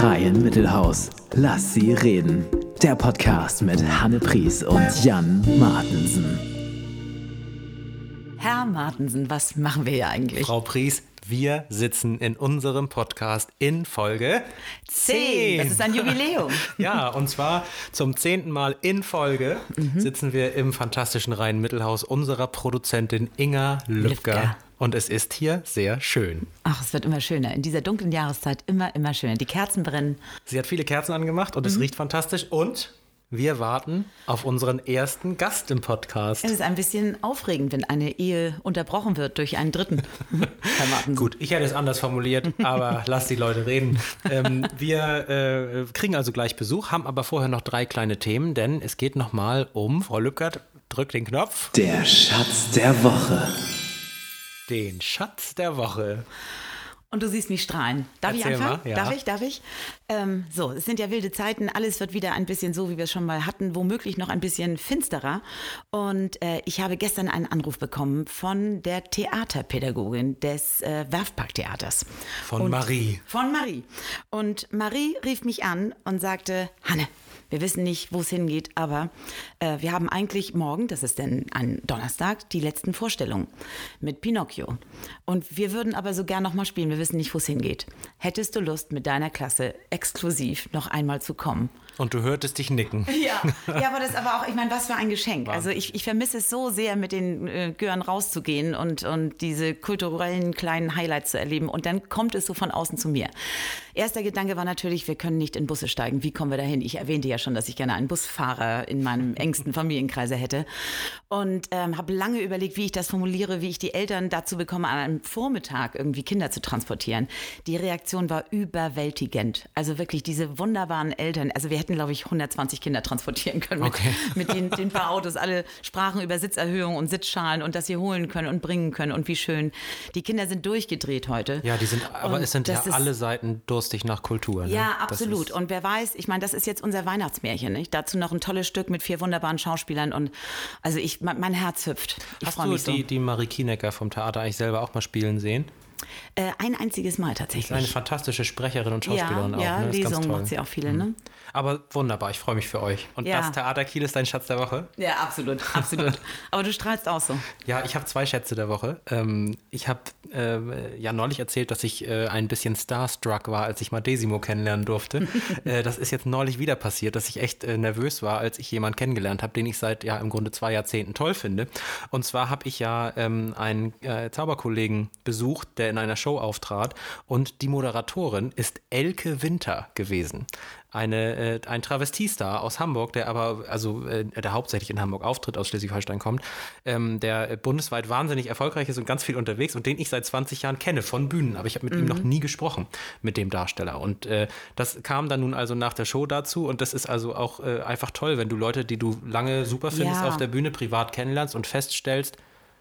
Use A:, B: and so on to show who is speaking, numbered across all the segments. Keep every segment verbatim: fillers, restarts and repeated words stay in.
A: Krähenmittelhaus. Lass sie reden. Der Podcast mit Hanne Pries und Jan Martensen.
B: Herr Martensen, was machen wir hier eigentlich?
C: Frau Pries, wir sitzen in unserem Podcast in Folge zehn.
B: Das ist ein Jubiläum.
C: Ja, und zwar zum zehnten Mal in Folge mhm. sitzen wir im fantastischen Rhein-Mittelhaus unserer Produzentin Inga Lübcker. Lübcker. Und es ist hier sehr schön.
B: Ach, es wird immer schöner. In dieser dunklen Jahreszeit immer, immer schöner. Die Kerzen brennen.
C: Sie hat viele Kerzen angemacht und mhm. es riecht fantastisch. Und wir warten auf unseren ersten Gast im Podcast.
B: Es ist ein bisschen aufregend, wenn eine Ehe unterbrochen wird durch einen Dritten. Herr Martensen.
C: Gut, ich hätte es anders formuliert, aber lass die Leute reden. Ähm, wir äh, kriegen also gleich Besuch, haben aber vorher noch drei kleine Themen, denn es geht nochmal um, Frau Lübcker, drückt den Knopf.
A: Der Schatz der Woche.
C: Den Schatz der Woche.
B: Und du siehst mich strahlen. Darf
C: Erzähl
B: ich anfangen?
C: Mal, ja.
B: Darf ich? Darf ich? Ähm, so, es sind ja wilde Zeiten. Alles wird wieder ein bisschen so, wie wir es schon mal hatten. Womöglich noch ein bisschen finsterer. Und äh, ich habe gestern einen Anruf bekommen von der Theaterpädagogin des äh, Werftparktheaters.
C: Von
B: und,
C: Marie.
B: Von Marie. Und Marie rief mich an und sagte, Hanne, wir wissen nicht, wo es hingeht, aber äh, wir haben eigentlich morgen, das ist denn ein Donnerstag, die letzten Vorstellungen mit Pinocchio. Und wir würden aber so gern noch mal spielen, wir wissen nicht, wo es hingeht. Hättest du Lust, mit deiner Klasse exklusiv noch einmal zu kommen?
C: Und du hörtest dich nicken.
B: Ja, ja, aber das aber auch, ich meine, was für ein Geschenk. Also ich, ich vermisse es so sehr, mit den äh, Gören rauszugehen und, und diese kulturellen kleinen Highlights zu erleben. Und dann kommt es so von außen zu mir. Erster Gedanke war natürlich, wir können nicht in Busse steigen. Wie kommen wir dahin? Ich erwähnte ja schon, dass ich gerne einen Busfahrer in meinem engsten Familienkreise hätte. Und ähm, habe lange überlegt, wie ich das formuliere, wie ich die Eltern dazu bekomme, an einem Vormittag irgendwie Kinder zu transportieren. Die Reaktion war überwältigend. Also wirklich diese wunderbaren Eltern. Also wir hätten, glaube ich, hundertzwanzig Kinder transportieren können mit,
C: okay.
B: mit den, den paar Autos. Alle sprachen über Sitzerhöhung und Sitzschalen und dass sie holen können und bringen können. Und wie schön. Die Kinder sind durchgedreht heute.
C: Ja, die sind, aber
B: und
C: es sind ja
B: ist,
C: alle Seiten durstig nach Kultur. Ne?
B: Ja, absolut. Und wer weiß, ich meine, das ist jetzt unser Weihnachtsmärchen. Nicht? Dazu noch ein tolles Stück mit vier wunderbaren Schauspielern. Und also ich, mein Herz hüpft. Ich
C: Hast
B: freue
C: du
B: mich so.
C: die, die Marie Kienecker vom Theater eigentlich selber auch mal spielen sehen?
B: Äh, ein einziges Mal tatsächlich.
C: Sie ist eine fantastische Sprecherin und Schauspielerin
B: ja,
C: auch.
B: Ja,
C: Ne?
B: Lesungen macht sie auch viele, ne?
C: Aber wunderbar, ich freue mich für euch. Und
B: Ja.
C: das Theater Kiel ist dein Schatz der Woche?
B: Ja, absolut, absolut. Aber du strahlst auch so.
C: Ja, ich habe zwei Schätze der Woche. Ähm, ich habe äh, ja neulich erzählt, dass ich äh, ein bisschen starstruck war, als ich mal Desimo kennenlernen durfte. äh, das ist jetzt neulich wieder passiert, dass ich echt äh, nervös war, als ich jemanden kennengelernt habe, den ich seit ja im Grunde zwei Jahrzehnten toll finde. Und zwar habe ich ja ähm, einen äh, Zauberkollegen besucht, der in einer Show auftrat. Und die Moderatorin ist Elke Winter gewesen. Eine, äh, ein Travestiestar aus Hamburg, der aber, also äh, der hauptsächlich in Hamburg auftritt, aus Schleswig-Holstein kommt, ähm, der bundesweit wahnsinnig erfolgreich ist und ganz viel unterwegs und den ich seit zwanzig Jahren kenne von Bühnen, aber ich habe mit mhm. ihm noch nie gesprochen, mit dem Darsteller. Und äh, das kam dann nun also nach der Show dazu und das ist also auch äh, einfach toll, wenn du Leute, die du lange super findest,
B: Ja.
C: auf der Bühne privat kennenlernst und feststellst,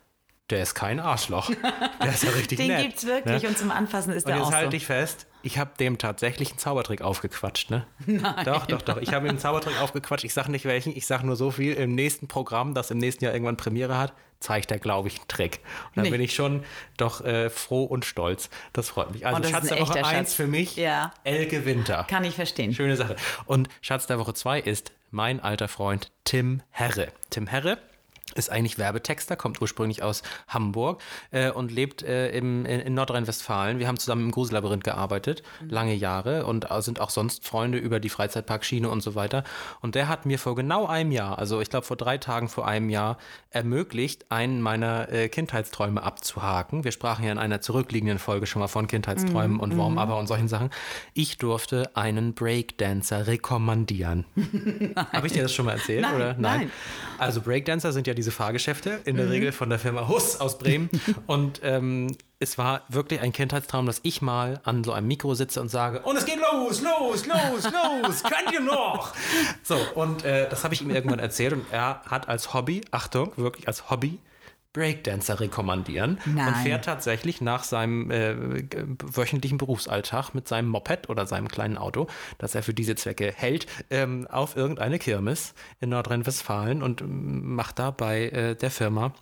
C: der ist kein Arschloch. Der ist ja richtig
B: Den
C: nett.
B: gibt's wirklich,
C: ne?
B: und zum Anfassen ist
C: Und
B: der
C: jetzt
B: auch
C: halte
B: so.
C: ich fest, ich habe dem tatsächlich einen Zaubertrick aufgequatscht, ne?
B: Nein.
C: Doch, doch, doch. Ich habe ihm einen Zaubertrick aufgequatscht. Ich sage nicht welchen, ich sage nur so viel. Im nächsten Programm, das im nächsten Jahr irgendwann Premiere hat, zeigt er, glaube ich, einen Trick. Und da
B: Nee.
C: bin ich schon doch äh, froh und stolz. Das freut mich. Also
B: Oh, das
C: Schatz
B: ist ein
C: der Woche
B: echter
C: eins
B: Schatz.
C: für mich,
B: Ja.
C: Elke Winter.
B: Kann ich verstehen.
C: Schöne Sache. Und Schatz der Woche zwei ist mein alter Freund Tim Herre. Tim Herre ist eigentlich Werbetexter, kommt ursprünglich aus Hamburg äh, und lebt äh, im, in, in Nordrhein-Westfalen. Wir haben zusammen im Grusellabyrinth gearbeitet, mhm. lange Jahre und äh, sind auch sonst Freunde über die Freizeitparkschiene und so weiter. Und der hat mir vor genau einem Jahr, also ich glaube vor drei Tagen vor einem Jahr, ermöglicht, einen meiner äh, Kindheitsträume abzuhaken. Wir sprachen ja in einer zurückliegenden Folge schon mal von Kindheitsträumen mhm. und Warm-Upper und solchen Sachen. Ich durfte einen Breakdancer rekommandieren. Habe ich dir das schon mal erzählt?
B: Nein,
C: oder?
B: nein.
C: Also Breakdancer sind ja diese Fahrgeschäfte, in der mhm. Regel von der Firma Huss aus Bremen. Und ähm, es war wirklich ein Kindheitstraum, dass ich mal an so einem Mikro sitze und sage, und es geht los, los, los, los, könnt ihr noch? So, und äh, das habe ich ihm irgendwann erzählt und er hat als Hobby, Achtung, wirklich als Hobby, Breakdancer rekommandieren.
B: Nein.
C: Und fährt tatsächlich nach seinem äh, wöchentlichen Berufsalltag mit seinem Moped oder seinem kleinen Auto, das er für diese Zwecke hält, ähm, auf irgendeine Kirmes in Nordrhein-Westfalen und ähm, macht da bei äh, der Firma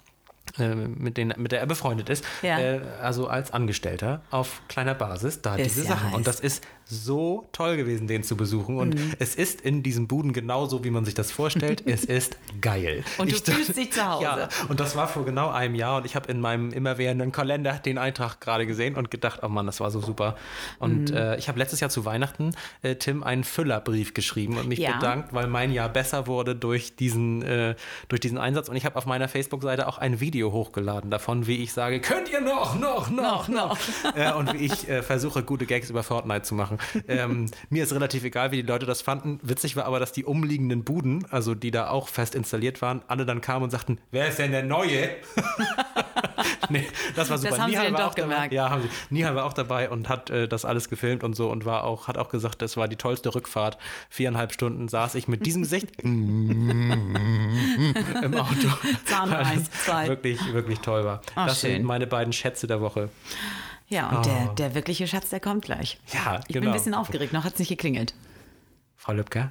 C: äh, mit, denen, mit der er befreundet ist,
B: Ja.
C: äh, also als Angestellter auf kleiner Basis, da
B: Ist
C: diese
B: ja
C: Sachen.
B: heiß.
C: Und das ist so toll gewesen, den zu besuchen. Und
B: Mhm.
C: es ist in diesen Buden genauso, wie man sich das vorstellt. Es ist geil.
B: Und du
C: Ich-
B: fühlst dich zu Hause.
C: Ja, und das war vor genau einem Jahr und ich habe in meinem immerwährenden Kalender den Eintrag gerade gesehen und gedacht, oh Mann, das war so super. Und
B: Mhm.
C: äh, ich habe letztes Jahr zu Weihnachten äh, Tim einen Füllerbrief geschrieben und mich
B: Ja.
C: bedankt, weil mein Jahr besser wurde durch diesen, äh, durch diesen Einsatz. Und ich habe auf meiner Facebook-Seite auch ein Video hochgeladen davon, wie ich sage, könnt ihr noch, noch, noch,
B: Noch, noch.
C: äh, und wie ich äh, versuche, gute Gags über Fortnite zu machen. Ähm, mir ist relativ egal, wie die Leute das fanden. Witzig war aber, dass die umliegenden Buden, also die da auch fest installiert waren, alle dann kamen und sagten, wer ist denn der Neue? Nee, das war super.
B: Das haben sie
C: Nihal
B: denn
C: war
B: doch
C: auch dabei.
B: gemerkt.
C: Ja, haben sie. Nihal war auch dabei und hat äh, das alles gefilmt und so und war auch, hat auch gesagt, das war die tollste Rückfahrt. Viereinhalb Stunden saß ich mit diesem Gesicht im Auto.
B: Zahn
C: Weil
B: eins,
C: das
B: zwei.
C: Wirklich, wirklich toll war.
B: Ach,
C: das
B: schön.
C: sind meine beiden Schätze der Woche.
B: Ja, und
C: Oh.
B: der, der wirkliche Schatz, der kommt gleich.
C: Ja,
B: Ich bin
C: genau.
B: ein bisschen aufgeregt, noch hat es nicht geklingelt.
C: Frau Lübke.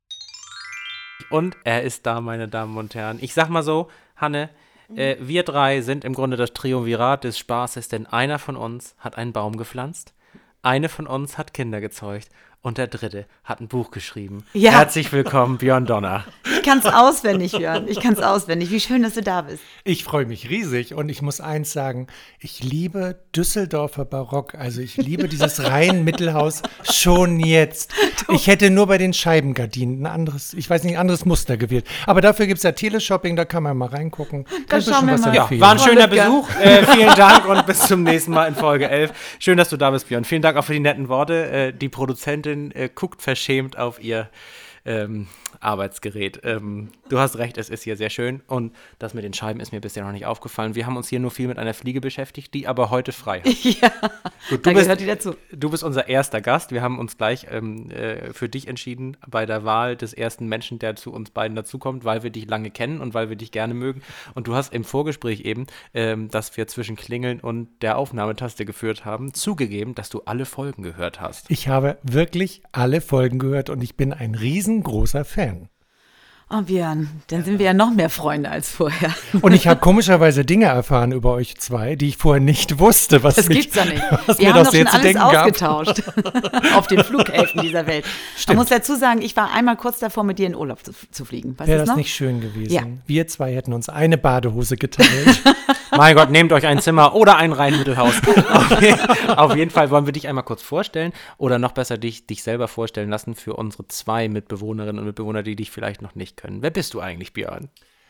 C: Und er ist da, meine Damen und Herren. Ich sag mal so, Hanne, äh, wir drei sind im Grunde das Triumvirat des Spaßes, denn einer von uns hat einen Baum gepflanzt, eine von uns hat Kinder gezeugt und der dritte hat ein Buch geschrieben.
B: Ja.
C: Herzlich willkommen, Björn Donner.
B: Ich kann es auswendig, Björn. Ich kann es auswendig. Wie schön, dass du da bist.
D: Ich freue mich riesig und ich muss eins sagen, ich liebe Düsseldorfer Barock, also ich liebe dieses Rhein-Mittelhaus schon jetzt. Ich hätte nur bei den Scheibengardinen ein anderes, ich weiß nicht, ein anderes Muster gewählt. Aber dafür gibt es ja Teleshopping, da kann man mal reingucken. Kann
B: schauen
D: bestimmt
B: wir
D: was
B: mal.
C: Ja,
D: empfehlen.
C: war ein schöner
B: Lübke.
C: Besuch. Äh, vielen Dank und bis zum nächsten Mal in Folge elf. Schön, dass du da bist, Björn. Vielen Dank auch für die netten Worte. Äh, die Produzentin äh, guckt verschämt auf ihr ähm, Arbeitsgerät. Ähm, du hast recht, es ist hier sehr schön und das mit den Scheiben ist mir bisher noch nicht aufgefallen. Wir haben uns hier nur viel mit einer Fliege beschäftigt, die aber heute frei hat.
B: Ja,
C: Gut,
B: da
C: du, bist,
B: gehört die dazu.
C: du bist unser erster Gast. Wir haben uns gleich ähm, äh, für dich entschieden bei der Wahl des ersten Menschen, der zu uns beiden dazukommt, weil wir dich lange kennen und weil wir dich gerne mögen. Und du hast im Vorgespräch eben, ähm, das wir zwischen Klingeln und der Aufnahmetaste geführt haben, zugegeben, dass du alle Folgen gehört hast.
D: Ich habe wirklich alle Folgen gehört und ich bin ein riesengroßer Fan.
B: Oh, Björn, dann sind wir ja noch mehr Freunde als vorher.
D: Und ich habe komischerweise Dinge erfahren über euch zwei, die ich vorher nicht wusste, was
B: Das
D: mich,
B: gibt's ja nicht.
D: was
B: Wir
D: mir
B: haben
D: doch
B: doch
D: sehr
B: schon
D: zu
B: alles
D: denken gab.
B: ausgetauscht auf den Flughäfen dieser Welt. Man muss dazu sagen, ich war einmal kurz davor, mit dir in Urlaub zu, zu fliegen. Weißt
D: Wäre
B: du
D: das
B: noch?
D: nicht schön gewesen?
B: Ja.
D: Wir zwei hätten uns eine Badehose geteilt.
C: Mein Gott, nehmt euch ein Zimmer oder ein Rheinmittelhaus. auf, je, auf jeden Fall wollen wir dich einmal kurz vorstellen oder noch besser dich, dich selber vorstellen lassen für unsere zwei Mitbewohnerinnen und Mitbewohner, die dich vielleicht noch nicht können. Wer bist du eigentlich, Björn?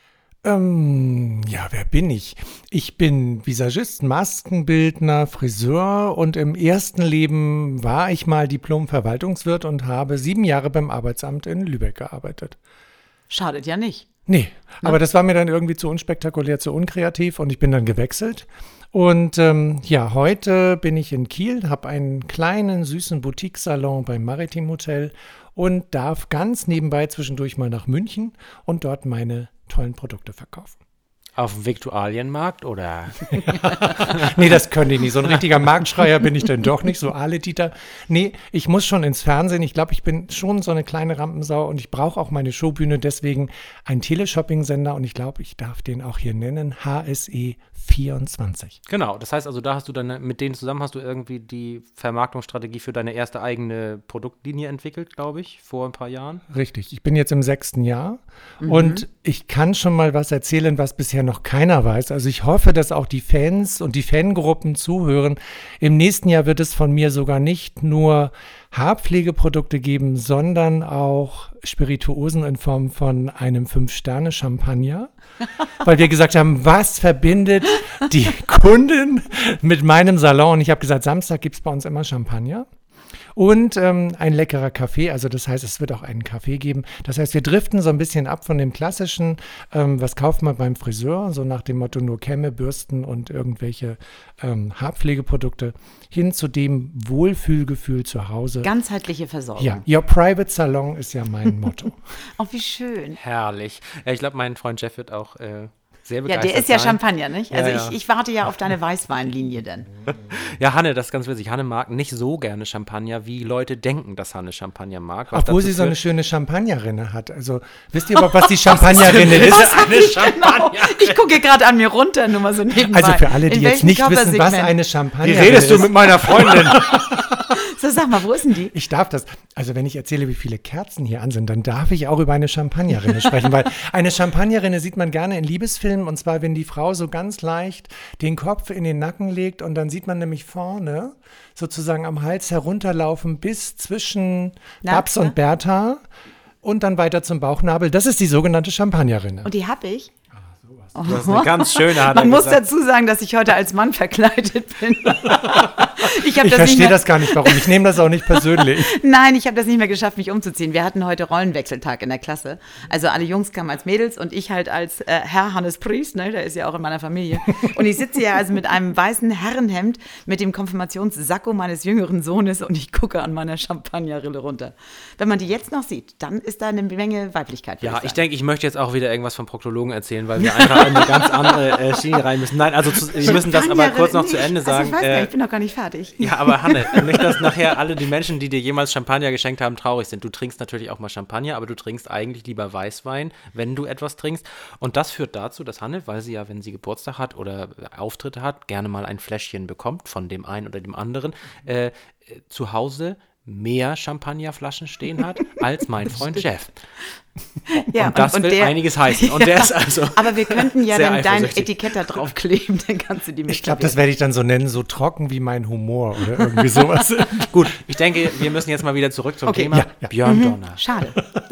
D: Ähm, ja, wer bin ich? Ich bin Visagist, Maskenbildner, Friseur und im ersten Leben war ich mal Diplom-Verwaltungswirt und habe sieben Jahre beim Arbeitsamt in Lübeck gearbeitet.
B: Schadet ja nicht.
D: Nee, aber das war mir dann irgendwie zu unspektakulär, zu unkreativ und ich bin dann gewechselt. Und ähm, ja, heute bin ich in Kiel, habe einen kleinen, süßen Boutique-Salon beim Maritim Hotel und darf ganz nebenbei zwischendurch mal nach München und dort meine tollen Produkte verkaufen.
C: Auf dem Viktualienmarkt oder?
D: Nee, das können die nicht. So ein richtiger Marktschreier bin ich denn doch nicht, so Ale-Dieter. Nee, ich muss schon ins Fernsehen. Ich glaube, ich bin schon so eine kleine Rampensau und ich brauche auch meine Showbühne. Deswegen ein Teleshopping-Sender und ich glaube, ich darf den auch hier nennen, H S E vierundzwanzig.
C: Genau, das heißt also, da hast du dann, mit denen zusammen hast du irgendwie die Vermarktungsstrategie für deine erste eigene Produktlinie entwickelt, glaube ich, vor ein paar Jahren.
D: Richtig, ich bin jetzt im sechsten Jahr und ich kann schon mal was erzählen, was bisher noch keiner weiß. Also ich hoffe, dass auch die Fans und die Fangruppen zuhören. Im nächsten Jahr wird es von mir sogar nicht nur Haarpflegeprodukte geben, sondern auch Spirituosen in Form von einem Fünf-Sterne-Champagner. Weil wir gesagt haben, was verbindet die Kundin mit meinem Salon? Und ich habe gesagt, Samstag gibt es bei uns immer Champagner. Und ähm, ein leckerer Kaffee, also das heißt, es wird auch einen Kaffee geben. Das heißt, wir driften so ein bisschen ab von dem klassischen, ähm, was kauft man beim Friseur, so nach dem Motto nur Kämme, Bürsten und irgendwelche ähm, Haarpflegeprodukte, hin zu dem Wohlfühlgefühl zu Hause.
B: Ganzheitliche Versorgung.
D: Ja, Your Private Salon ist ja mein Motto.
B: Oh, wie schön.
C: Herrlich. Ja, ich glaube, mein Freund Jeff wird auch äh, sehr
B: Ja,
C: begeistert
B: der ist ja
C: sein.
B: Champagner, nicht? Also
C: Ja, ja.
B: Ich, ich warte ja auf deine Weißweinlinie dann.
C: Ja, Hanne, das ist ganz witzig. Hanne mag nicht so gerne Champagner, wie Leute denken, dass Hanne Champagner mag. was
D: Obwohl
C: dazu
D: sie so eine
C: führt-
D: schöne Champagnerrinne hat. Also, wisst ihr überhaupt, was die Champagnerrinne ist?
C: eine Champagner.
B: Genau. Ich gucke gerade an mir runter, nur mal so nebenbei.
D: Also für alle, die
B: In
D: jetzt
B: welchem
D: nicht wissen, was
B: Körpersegment?
D: eine
C: Wie
D: Champagnerrinne
C: redest du
D: ist.
C: mit meiner Freundin?
B: So, sag mal, wo ist denn die?
D: Ich darf das. Also wenn ich erzähle, wie viele Kerzen hier an sind, dann darf ich auch über eine Champagnerrinne sprechen, weil eine Champagnerrinne sieht man gerne in Liebesfilmen, und zwar, wenn die Frau so ganz leicht den Kopf in den Nacken legt und dann sieht man nämlich vorne sozusagen am Hals herunterlaufen bis zwischen
B: Na,
D: Babs
B: na?
D: und Bertha und dann weiter zum Bauchnabel. Das ist die sogenannte Champagnerrinne.
B: Und die habe ich.
C: Das ist eine ganz schöne, hat er
B: Man muss
C: gesagt.
B: dazu sagen, dass ich heute als Mann verkleidet bin. ich habe
D: Ich
B: das nicht
D: verstehe
B: mehr,
D: das gar nicht, warum. Ich nehme das auch nicht persönlich.
B: Nein, ich habe das nicht mehr geschafft, mich umzuziehen. Wir hatten heute Rollenwechseltag in der Klasse. Also alle Jungs kamen als Mädels und ich halt als äh, Herr Hannes Priest, ne, der ist ja auch in meiner Familie. Und ich sitze ja also mit einem weißen Herrenhemd mit dem Konfirmationssacko meines jüngeren Sohnes und ich gucke an meiner Champagnerrille runter. Wenn man die jetzt noch sieht, dann ist da eine Menge Weiblichkeit. würde
C: Ja, ich
B: sagen.
C: denke, ich möchte jetzt auch wieder irgendwas vom Proktologen erzählen, weil wir einfach in eine ganz andere äh, Schiene rein müssen. Nein, also zu, wir müssen das aber
B: Champagnerrille
C: kurz noch zu
B: nicht.
C: Ende
B: Also
C: sagen.
B: ich weiß gar
C: äh,
B: nicht, ich bin noch gar nicht fertig.
C: Ja, aber Hanne, nicht, dass nachher alle die Menschen, die dir jemals Champagner geschenkt haben, traurig sind. Du trinkst natürlich auch mal Champagner, aber du trinkst eigentlich lieber Weißwein, wenn du etwas trinkst. Und das führt dazu, dass Hanne, weil sie ja, wenn sie Geburtstag hat oder Auftritte hat, gerne mal ein Fläschchen bekommt von dem einen oder dem anderen, äh, zu Hause mehr Champagnerflaschen stehen hat als mein Freund Jeff.
B: Ja,
C: und das will
B: der-
C: einiges heißen. Und der ist also
B: Aber wir könnten ja
C: sehr
B: dann dein
C: eifersüchtig.
B: Etikett da draufkleben, dann kannst du die
D: Ich glaube, das werde ich dann so nennen, so trocken wie mein Humor oder irgendwie sowas.
C: Gut, ich denke, wir müssen jetzt mal wieder zurück zum
B: Okay.
C: Thema.
D: Ja, ja.
C: Björn Donner,
B: Schade.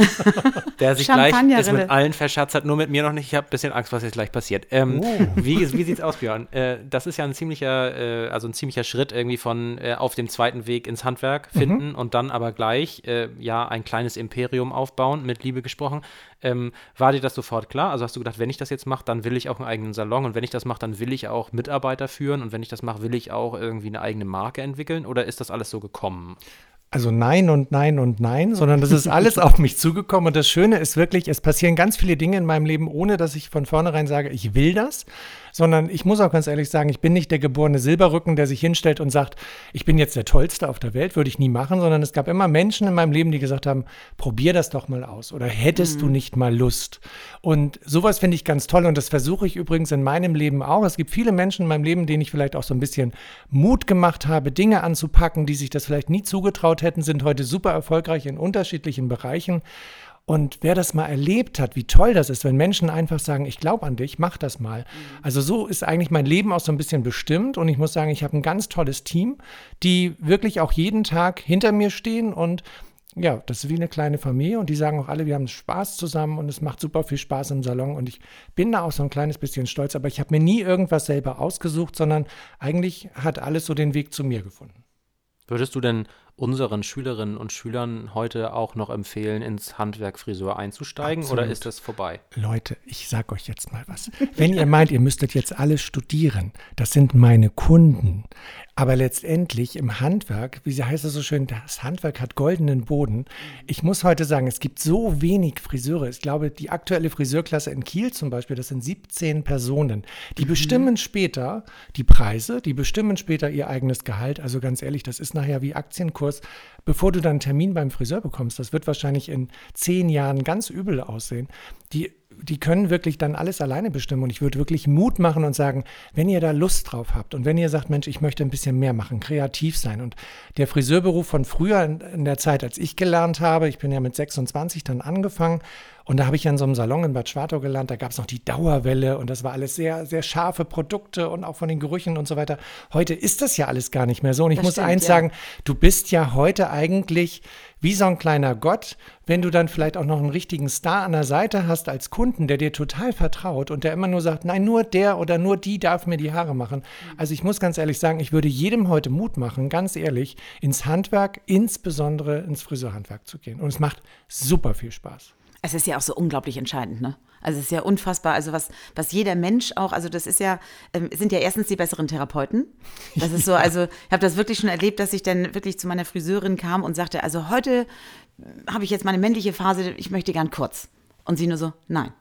C: der sich gleich ist
B: Champagnerrille.
C: mit allen verscherzt hat, nur mit mir noch nicht. Ich habe ein bisschen Angst, was jetzt gleich passiert. Ähm, wie, wie sieht's aus, Björn? Äh, das ist ja ein ziemlicher, äh, also ein ziemlicher Schritt irgendwie von äh, auf dem zweiten Weg ins Handwerk finden und dann aber gleich äh, ja ein kleines Imperium aufbauen, mit Liebe gesprochen. Ähm, war dir das sofort klar? Also hast du gedacht, wenn ich das jetzt mache, dann will ich auch einen eigenen Salon, und wenn ich das mache, dann will ich auch Mitarbeiter führen, und wenn ich das mache, will ich auch irgendwie eine eigene Marke entwickeln, oder ist das alles so gekommen?
D: Also nein und nein und nein, sondern das ist alles auf mich zugekommen. Und das Schöne ist wirklich, es passieren ganz viele Dinge in meinem Leben, ohne dass ich von vornherein sage, ich will das, sondern ich muss auch ganz ehrlich sagen, ich bin nicht der geborene Silberrücken, der sich hinstellt und sagt, ich bin jetzt der Tollste auf der Welt, würde ich nie machen, sondern es gab immer Menschen in meinem Leben, die gesagt haben, probier das doch mal aus oder hättest du nicht mal Lust? Und sowas finde ich ganz toll, und das versuche ich übrigens in meinem Leben auch. Es gibt viele Menschen in meinem Leben, denen ich vielleicht auch so ein bisschen Mut gemacht habe, Dinge anzupacken, die sich das vielleicht nie zugetraut hätten, sind heute super erfolgreich in unterschiedlichen Bereichen. Und wer das mal erlebt hat, wie toll das ist, wenn Menschen einfach sagen, ich glaube an dich, mach das mal. Also so ist eigentlich mein Leben auch so ein bisschen bestimmt, und ich muss sagen, ich habe ein ganz tolles Team, die wirklich auch jeden Tag hinter mir stehen, und ja, das ist wie eine kleine Familie, und die sagen auch alle, wir haben Spaß zusammen und es macht super viel Spaß im Salon, und ich bin da auch so ein kleines bisschen stolz, aber ich habe mir nie irgendwas selber ausgesucht, sondern eigentlich hat alles so den Weg zu mir gefunden.
C: Würdest du denn unseren Schülerinnen und Schülern heute auch noch empfehlen, ins Handwerk Friseur einzusteigen,
D: Absolut.
C: oder ist das vorbei?
D: Leute, ich sag euch jetzt mal was. Wenn ihr meint, ihr müsstet jetzt alle studieren, das sind meine Kunden. Aber letztendlich im Handwerk, wie heißt es so schön, das Handwerk hat goldenen Boden. Ich muss heute sagen, es gibt so wenig Friseure. Ich glaube, die aktuelle Friseurklasse in Kiel zum Beispiel, das sind siebzehn Personen. Die bestimmen später die Preise, die bestimmen später ihr eigenes Gehalt. Also ganz ehrlich, das ist nachher wie Aktienkurs. Bevor du dann einen Termin beim Friseur bekommst, das wird wahrscheinlich in zehn Jahren ganz übel aussehen. Die Die können wirklich dann alles alleine bestimmen, und ich würde wirklich Mut machen und sagen, wenn ihr da Lust drauf habt und wenn ihr sagt, Mensch, ich möchte ein bisschen mehr machen, kreativ sein, und der Friseurberuf von früher in, in der Zeit, als ich gelernt habe, ich bin ja mit sechsundzwanzig dann angefangen, und da habe ich ja in so einem Salon in Bad Schwartau gelernt, da gab es noch die Dauerwelle, und das war alles sehr, sehr scharfe Produkte und auch von den Gerüchen und so weiter. Heute ist das ja alles gar nicht mehr so, und ich
B: Das
D: muss
B: stimmt,
D: eins
B: ja.
D: sagen, du bist ja heute eigentlich wie so ein kleiner Gott, wenn du dann vielleicht auch noch einen richtigen Star an der Seite hast als Kunden, der dir total vertraut und der immer nur sagt, nein, nur der oder nur die darf mir die Haare machen. Also ich muss ganz ehrlich sagen, ich würde jedem heute Mut machen, ganz ehrlich, ins Handwerk, insbesondere ins Friseurhandwerk zu gehen. Und es macht super viel Spaß.
B: Es ist ja auch so unglaublich entscheidend, ne? Also es ist ja unfassbar, also was, was jeder Mensch auch, also das ist ja, ähm, sind ja erstens die besseren Therapeuten. Das ist so, also ich habe das wirklich schon erlebt, dass ich dann wirklich zu meiner Friseurin kam und sagte, also heute habe ich jetzt meine männliche Phase, ich möchte gern kurz. Und sie nur so, nein.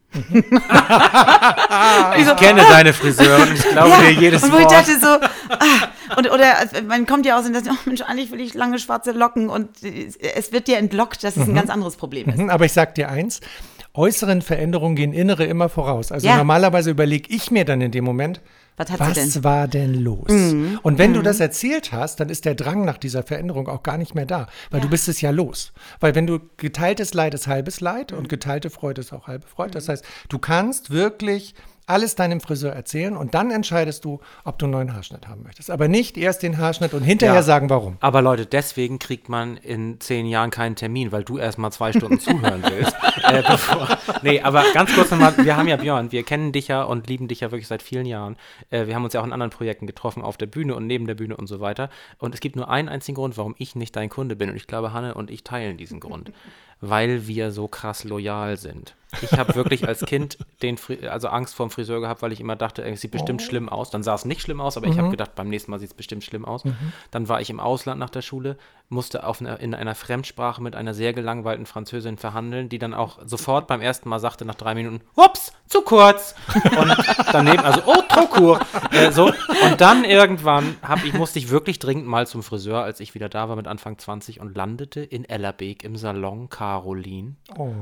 C: Ich so, kenne ah. deine Friseurin, ich glaube ja, dir jedes
B: und
C: Wort.
B: Und wo ich dachte so, ah, und, oder man kommt ja aus und sagt, oh Mensch, eigentlich will ich lange schwarze Locken und es wird dir entlockt, dass es mhm. ein ganz anderes Problem ist.
D: Aber ich sag dir eins, äußeren Veränderungen gehen innere immer voraus. Also ja. normalerweise überlege ich mir dann in dem Moment, was, was denn? war denn los? Mhm. Und wenn mhm. du das erzählt hast, dann ist der Drang nach dieser Veränderung auch gar nicht mehr da, weil ja. du bist es ja los. Weil wenn du geteiltes Leid ist halbes Leid mhm. und geteilte Freude ist auch halbe Freude. Mhm. Das heißt, du kannst wirklich alles deinem Friseur erzählen und dann entscheidest du, ob du einen neuen Haarschnitt haben möchtest. Aber nicht erst den Haarschnitt und hinterher ja. sagen, warum.
C: Aber Leute, deswegen kriegt man in zehn Jahren keinen Termin, weil du erst mal zwei Stunden zuhören willst. äh, bevor, nee, aber ganz kurz nochmal, wir haben ja Björn, wir kennen dich ja und lieben dich ja wirklich seit vielen Jahren. Äh, wir haben uns ja auch in anderen Projekten getroffen, auf der Bühne und neben der Bühne und so weiter. Und es gibt nur einen einzigen Grund, warum ich nicht dein Kunde bin. Und ich glaube, Hanne und ich teilen diesen Grund. Weil wir so krass loyal sind. Ich habe wirklich als Kind den Fri- also Angst vor dem Friseur gehabt, weil ich immer dachte, es sieht bestimmt oh. schlimm aus. Dann sah es nicht schlimm aus, aber mhm. ich habe gedacht, beim nächsten Mal sieht es bestimmt schlimm aus. Mhm. Dann war ich im Ausland nach der Schule, musste auf eine, in einer Fremdsprache mit einer sehr gelangweilten Französin verhandeln, die dann auch sofort beim ersten Mal sagte, nach drei Minuten, ups, zu kurz. Und daneben, also, oh, trop court. Äh, so. Und dann irgendwann hab ich, musste ich wirklich dringend mal zum Friseur, als ich wieder da war mit Anfang zwanzig und landete in Ellerbeek im Salon Caroline.
D: Oh.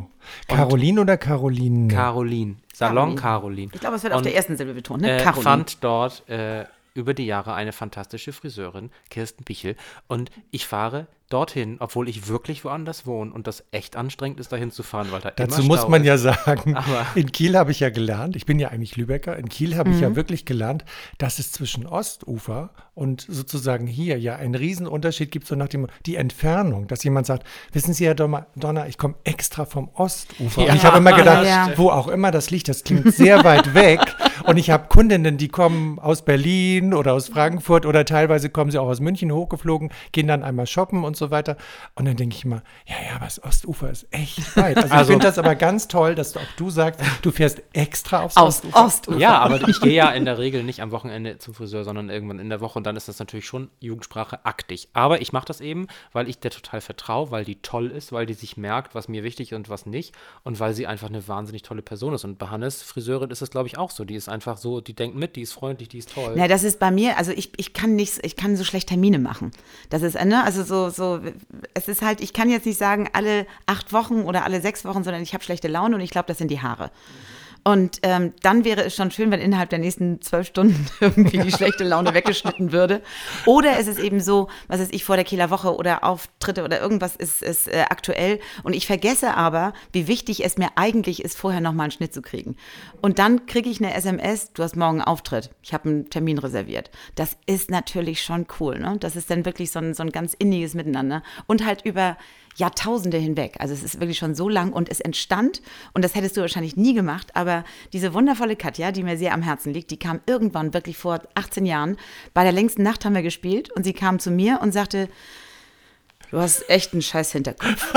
D: Caroline oder Caroline?
C: Caroline. Salon Caroline.
B: Ich glaube, es wird und, auf der ersten Silbe betont, ne?
C: Äh,
B: Caroline.
C: Fand dort äh, über die Jahre eine fantastische Friseurin, Kirsten Bichel. Und ich fahre dorthin, obwohl ich wirklich woanders wohne und das echt anstrengend ist, dahin zu fahren, weil da
D: Dazu
C: immer
D: muss
C: Stau
D: man
C: ist.
D: ja sagen,
C: Aber
D: in Kiel habe ich ja gelernt, ich bin ja eigentlich Lübecker, in Kiel habe mhm. ich ja wirklich gelernt, dass es zwischen Ostufer und sozusagen hier ja einen Riesenunterschied gibt, so nach dem, die Entfernung, dass jemand sagt, wissen Sie, Herr Donner, ich komme extra vom Ostufer. Ja. Und ich habe immer gedacht, ja. wo auch immer das liegt, das klingt sehr weit weg. Und ich habe Kundinnen, die kommen aus Berlin oder aus Frankfurt oder teilweise kommen sie auch aus München hochgeflogen, gehen dann einmal shoppen und so weiter. Und dann denke ich immer, ja, ja, aber das Ostufer ist echt weit. Also, also ich finde das aber ganz toll, dass du auch du sagst, du fährst extra aufs
B: aus
D: Ostufer.
B: Ostufer.
C: Ja, aber ich gehe ja in der Regel nicht am Wochenende zum Friseur, sondern irgendwann in der Woche. Und dann ist das natürlich schon Jugendsprache aktig. Aber ich mache das eben, weil ich der total vertraue, weil die toll ist, weil die sich merkt, was mir wichtig ist und was nicht. Und weil sie einfach eine wahnsinnig tolle Person ist. Und bei Hannes Friseurin ist es, glaube ich, auch so. Die ist einfach so, die denkt mit, die ist freundlich, die ist toll.
B: Na, das ist bei mir, also ich, ich kann nicht, ich kann so schlecht Termine machen. Das ist, ne, also so, so, es ist halt, ich kann jetzt nicht sagen, alle acht Wochen oder alle sechs Wochen, sondern ich habe schlechte Laune und ich glaube, das sind die Haare. Und ähm, dann wäre es schon schön, wenn innerhalb der nächsten zwölf Stunden irgendwie die schlechte Laune weggeschnitten würde. Oder es ist eben so, was weiß ich, vor der Kieler Woche oder Auftritte oder irgendwas ist, ist äh, aktuell. Und ich vergesse aber, wie wichtig es mir eigentlich ist, vorher nochmal einen Schnitt zu kriegen. Und dann kriege ich eine S M S, du hast morgen einen Auftritt. Ich habe einen Termin reserviert. Das ist natürlich schon cool, ne? Das ist dann wirklich so ein, so ein ganz inniges Miteinander. Und halt über Jahrtausende hinweg. Also es ist wirklich schon so lang und es entstand, und das hättest du wahrscheinlich nie gemacht, aber diese wundervolle Katja, die mir sehr am Herzen liegt, die kam irgendwann wirklich vor achtzehn Jahren, bei der längsten Nacht haben wir gespielt und sie kam zu mir und sagte, du hast echt einen scheiß Hinterkopf.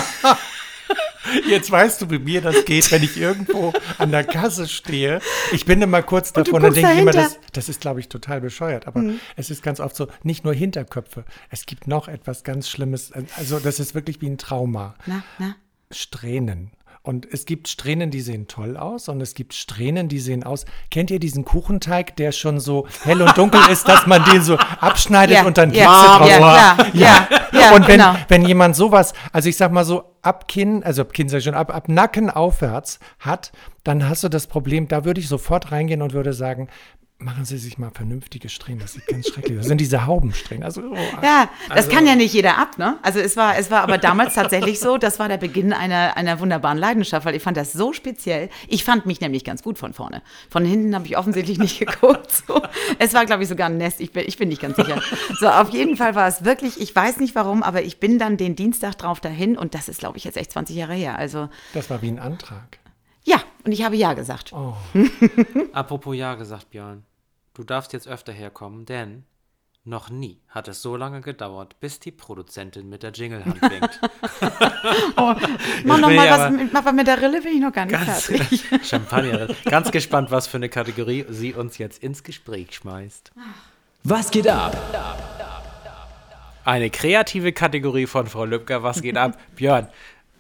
D: Jetzt weißt du, wie mir das geht, wenn ich irgendwo an der Kasse stehe. Ich bin immer kurz davon, dann denke ich immer, das, das ist, glaube ich, total bescheuert. Aber mhm. es ist ganz oft so, nicht nur Hinterköpfe. Es gibt noch etwas ganz Schlimmes. Also das ist wirklich wie ein Trauma.
B: Na, na?
D: Strähnen. Und es gibt Strähnen, die sehen toll aus, und es gibt Strähnen, die sehen aus. Kennt ihr diesen Kuchenteig, der schon so hell und dunkel ist, dass man den so abschneidet ja, und dann
B: ja,
D: Kekse drauf
B: ja,
D: macht?
B: Ja, ja, ja, ja.
D: Und wenn,
B: genau.
D: wenn jemand sowas, also ich sag mal so, ab Kinn, also ab Kinn sag ich schon, ab, ab Nacken aufwärts hat, dann hast du das Problem, da würde ich sofort reingehen und würde sagen, machen Sie sich mal vernünftige Strähnen, das sieht ganz schrecklich aus. Das sind diese Haubensträhnen. Also, oh,
B: ja, das
D: also,
B: kann ja nicht jeder ab, ne? Also es war, es war aber damals tatsächlich so, das war der Beginn einer, einer wunderbaren Leidenschaft, weil ich fand das so speziell. Ich fand mich nämlich ganz gut von vorne. Von hinten habe ich offensichtlich nicht geguckt. So. Es war, glaube ich, sogar ein Nest, ich bin, ich bin nicht ganz sicher. So, auf jeden Fall war es wirklich, ich weiß nicht warum, aber ich bin dann den Dienstag drauf dahin und das ist, glaube ich, jetzt echt zwanzig Jahre her. Also,
D: das war wie ein Antrag.
B: Ja, und ich habe Ja gesagt.
D: Oh.
C: Apropos Ja gesagt, Björn. Du darfst jetzt öfter herkommen, denn noch nie hat es so lange gedauert, bis die Produzentin mit der Jingle-Hand winkt.
B: Oh, mach noch mal was mit, mach mit der Rille, bin ich noch gar nicht
C: ganz,
B: fertig.
C: Champagner. Ganz gespannt, was für eine Kategorie sie uns jetzt ins Gespräch schmeißt.
A: Was geht ab?
C: Eine kreative Kategorie von Frau Lübcker. Was geht ab? Björn,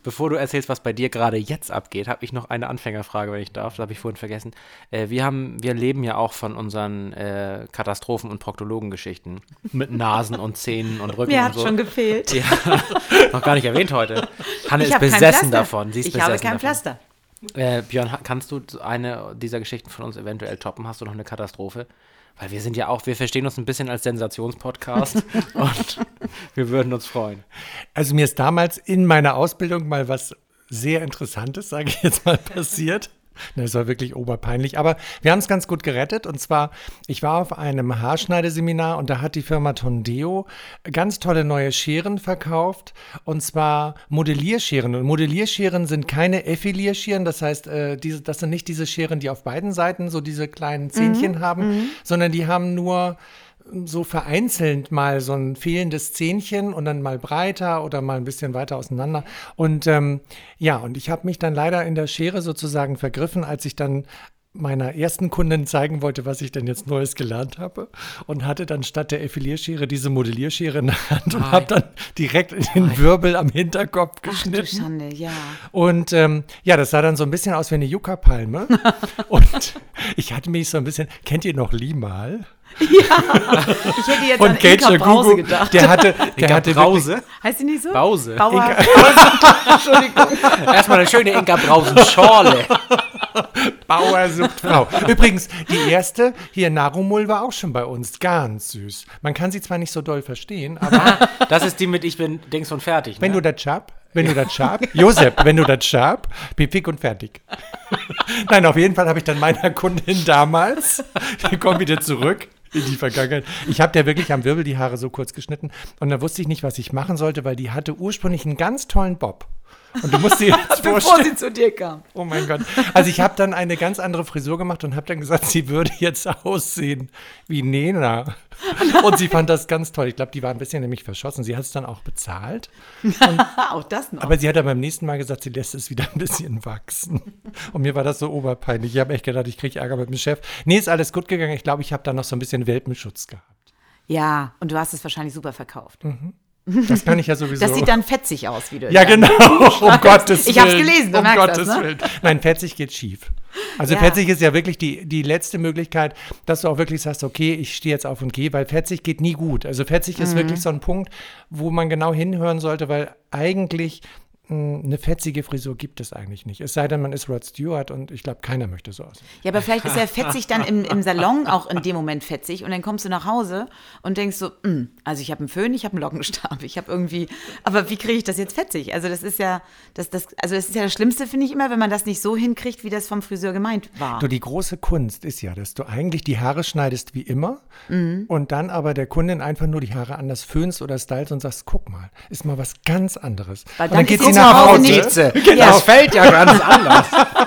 C: Bevor du erzählst, was bei dir gerade jetzt abgeht, habe ich noch eine Anfängerfrage, wenn ich darf. Das habe ich vorhin vergessen. Äh, wir, haben, wir leben ja auch von unseren äh, Katastrophen- und Proktologengeschichten. Mit Nasen und Zähnen und Rücken
B: Mir
C: und
B: hat
C: so.
B: schon gefehlt.
C: Ja, noch gar nicht erwähnt heute. Hanne
B: Ich
C: ist
B: hab kein
C: besessen
B: Pflaster.
C: davon. Sie ist
B: Ich
C: besessen
B: habe kein
C: davon.
B: Pflaster.
C: Äh, Björn, ha- kannst du eine dieser Geschichten von uns eventuell toppen? Hast du noch eine Katastrophe? Weil wir sind ja auch, wir verstehen uns ein bisschen als Sensationspodcast und wir würden uns freuen.
D: Also mir ist damals in meiner Ausbildung mal was sehr Interessantes, sage ich jetzt mal, passiert. Das war wirklich oberpeinlich, aber wir haben es ganz gut gerettet. Und zwar, ich war auf einem Haarschneideseminar und da hat die Firma Tondeo ganz tolle neue Scheren verkauft. Und zwar Modellierscheren. Und Modellierscheren sind keine Effilierscheren, das heißt, äh, diese, das sind nicht diese Scheren, die auf beiden Seiten so diese kleinen Zähnchen mhm. haben, mhm. sondern die haben nur so vereinzelt mal so ein fehlendes Zähnchen und dann mal breiter oder mal ein bisschen weiter auseinander. Und ähm, ja, und ich habe mich dann leider in der Schere sozusagen vergriffen, als ich dann meiner ersten Kundin zeigen wollte, was ich denn jetzt Neues gelernt habe und hatte dann statt der Effilierschere diese Modellierschere in der Hand und habe dann direkt in den Wirbel am Hinterkopf geschnitten.
B: Ach du Schande, ja.
D: Und ähm, ja, das sah dann so ein bisschen aus wie eine Yucca-Palme und ich hatte mich so ein bisschen, kennt ihr noch Limal?
B: Ja, ich hätte jetzt
D: von
B: an Inka Brause gedacht.
D: Der hatte, der
C: Inka
D: hatte
C: Brause?
D: wirklich,
B: heißt die nicht so?
C: Brause.
B: Bauer,
D: Inka-
B: Brause. Entschuldigung.
C: Erstmal eine schöne Inka Brausen-Schorle.
D: Bauer sucht Frau. Übrigens, die erste, hier Narumul, war auch schon bei uns. Ganz süß. Man kann sie zwar nicht so doll verstehen, aber
C: Das ist die mit Ich bin Dings und fertig. Ne?
D: wenn du das schab, wenn du das schab, Josep, wenn du das schab, pipik und fertig. Nein, auf jeden Fall habe ich dann meiner Kundin damals, die kommt wieder zurück in die Vergangenheit. Ich habe der wirklich am Wirbel die Haare so kurz geschnitten und da wusste ich nicht, was ich machen sollte, weil die hatte ursprünglich einen ganz tollen Bob. Und du musst dir jetzt
B: Bevor
D: vorstellen,
B: sie zu dir kam.
D: oh mein Gott. Also ich habe dann eine ganz andere Frisur gemacht und habe dann gesagt, sie würde jetzt aussehen wie Nena. Und sie fand das ganz toll. Ich glaube, die war ein bisschen nämlich verschossen. Sie hat es dann auch bezahlt.
B: Auch das noch.
D: Aber sie hat dann beim nächsten Mal gesagt, sie lässt es wieder ein bisschen wachsen. Und mir war das so oberpeinlich. Ich habe echt gedacht, ich kriege Ärger mit dem Chef. Nee, ist alles gut gegangen. Ich glaube, ich habe da noch so ein bisschen Welpenschutz gehabt.
B: Ja, und du hast es wahrscheinlich super verkauft.
D: Mhm. Das kann ich ja sowieso.
B: Das sieht dann fetzig aus, wie du
D: Ja, genau. Um Gottes Willen.
B: Ich hab's gelesen, du
D: um
B: merkst
D: Gottes
B: das, ne?
D: Willen. Nein, fetzig geht schief. Also
B: Ja.
D: fetzig ist ja wirklich die, die letzte Möglichkeit, dass du auch wirklich sagst, okay, ich stehe jetzt auf und gehe, weil fetzig geht nie gut. Also fetzig ist wirklich so ein Punkt, wo man genau hinhören sollte, weil eigentlich mh, eine fetzige Frisur gibt es eigentlich nicht. Es sei denn, man ist Rod Stewart und ich glaube, keiner möchte so aussehen.
B: Ja, aber vielleicht ist er fetzig dann im, im Salon auch in dem Moment fetzig und dann kommst du nach Hause und denkst so, "Mh, also ich habe einen Föhn, ich habe einen Lockenstab, ich habe irgendwie, aber wie kriege ich das jetzt fetzig? Also das ist ja, das, das, also das ist ja das Schlimmste, finde ich immer, wenn man das nicht so hinkriegt, wie das vom Friseur gemeint war.
D: Du, die große Kunst ist ja, dass du eigentlich die Haare schneidest wie immer
B: Mhm.
D: und dann aber der Kundin einfach nur die Haare anders föhnst oder stylst und sagst, guck mal, ist mal was ganz anderes.
B: Weil
D: und
B: dann
D: dann geht
B: ist
D: sie
B: sie
D: nach
B: zu Hause
D: Hause.
B: nicht-
C: Diese,
B: Ja.
C: Das fällt ja ganz anders.